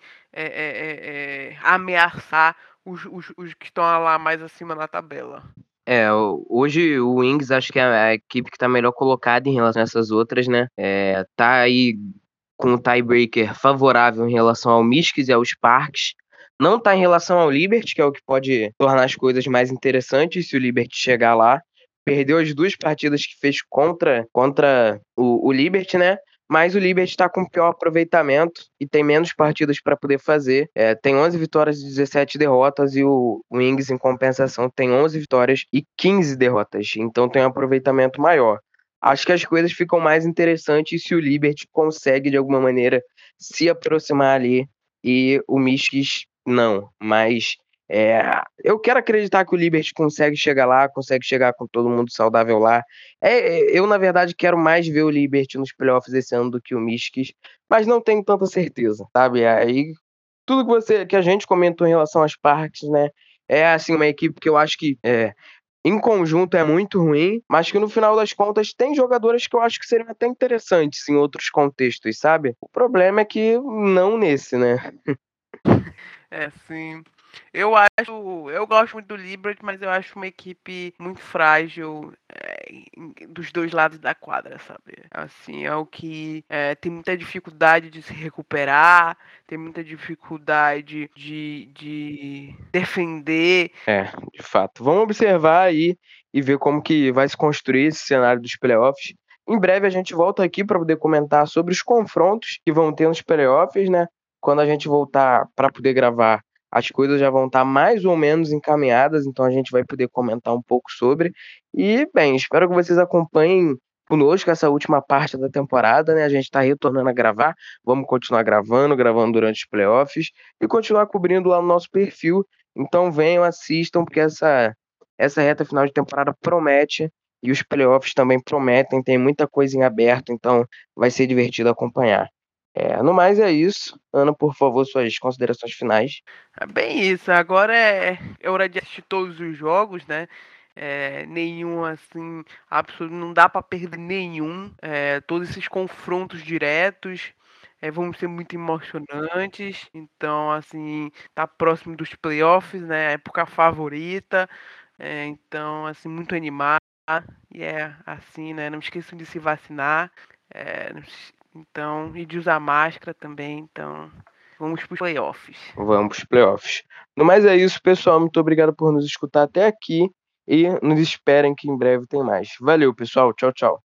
ameaçar os que estão lá mais acima na tabela. Hoje o Wings acho que é a equipe que tá melhor colocada em relação a essas outras, né? Tá aí com o tiebreaker favorável em relação ao Mystics e ao Sparks. Não tá em relação ao Liberty, que é o que pode tornar as coisas mais interessantes se o Liberty chegar lá. Perdeu as 2 partidas que fez contra o Liberty, né? Mas o Liberty está com pior aproveitamento e tem menos partidas para poder fazer. Tem 11 vitórias e 17 derrotas e o Wings, em compensação, tem 11 vitórias e 15 derrotas. Então tem um aproveitamento maior. Acho que as coisas ficam mais interessantes se o Liberty consegue, de alguma maneira, se aproximar ali e o Mystics não. Mas eu quero acreditar que o Liberty consegue chegar lá, consegue chegar com todo mundo saudável lá. Eu, na verdade, quero mais ver o Liberty nos playoffs esse ano do que o Mystics, mas não tenho tanta certeza, sabe? Aí, tudo que a gente comentou em relação às partes, né? É assim, uma equipe que eu acho que em conjunto é muito ruim, mas que no final das contas tem jogadoras que eu acho que seriam até interessantes em outros contextos, sabe? O problema é que não nesse, né? Sim. Eu gosto muito do Liberty, mas eu acho uma equipe muito frágil dos dois lados da quadra, sabe? Assim, é o que tem muita dificuldade de se recuperar, tem muita dificuldade de defender. De fato. Vamos observar aí e ver como que vai se construir esse cenário dos playoffs. Em breve a gente volta aqui para poder comentar sobre os confrontos que vão ter nos playoffs, né? Quando a gente voltar para poder gravar as coisas já vão estar mais ou menos encaminhadas, então a gente vai poder comentar um pouco sobre. E, bem, espero que vocês acompanhem conosco essa última parte da temporada, né? A gente está retornando a gravar, vamos continuar gravando durante os playoffs e continuar cobrindo lá no nosso perfil. Então venham, assistam, porque essa reta final de temporada promete e os playoffs também prometem, tem muita coisa em aberto, então vai ser divertido acompanhar. No mais é isso. Ana, por favor, suas considerações finais. É bem isso, agora é hora de assistir todos os jogos, né? Nenhum assim, absoluto, não dá pra perder nenhum. Todos esses confrontos diretos vão ser muito emocionantes. Então, assim, tá próximo dos playoffs, né? A época favorita. Então, assim, muito animado. E é assim, né? Não esqueçam de se vacinar. Então, e de usar máscara também. Então, vamos para os playoffs. Vamos para os playoffs. No mais é isso, pessoal. Muito obrigado por nos escutar até aqui e nos esperem que em breve tem mais. Valeu, pessoal. Tchau, tchau.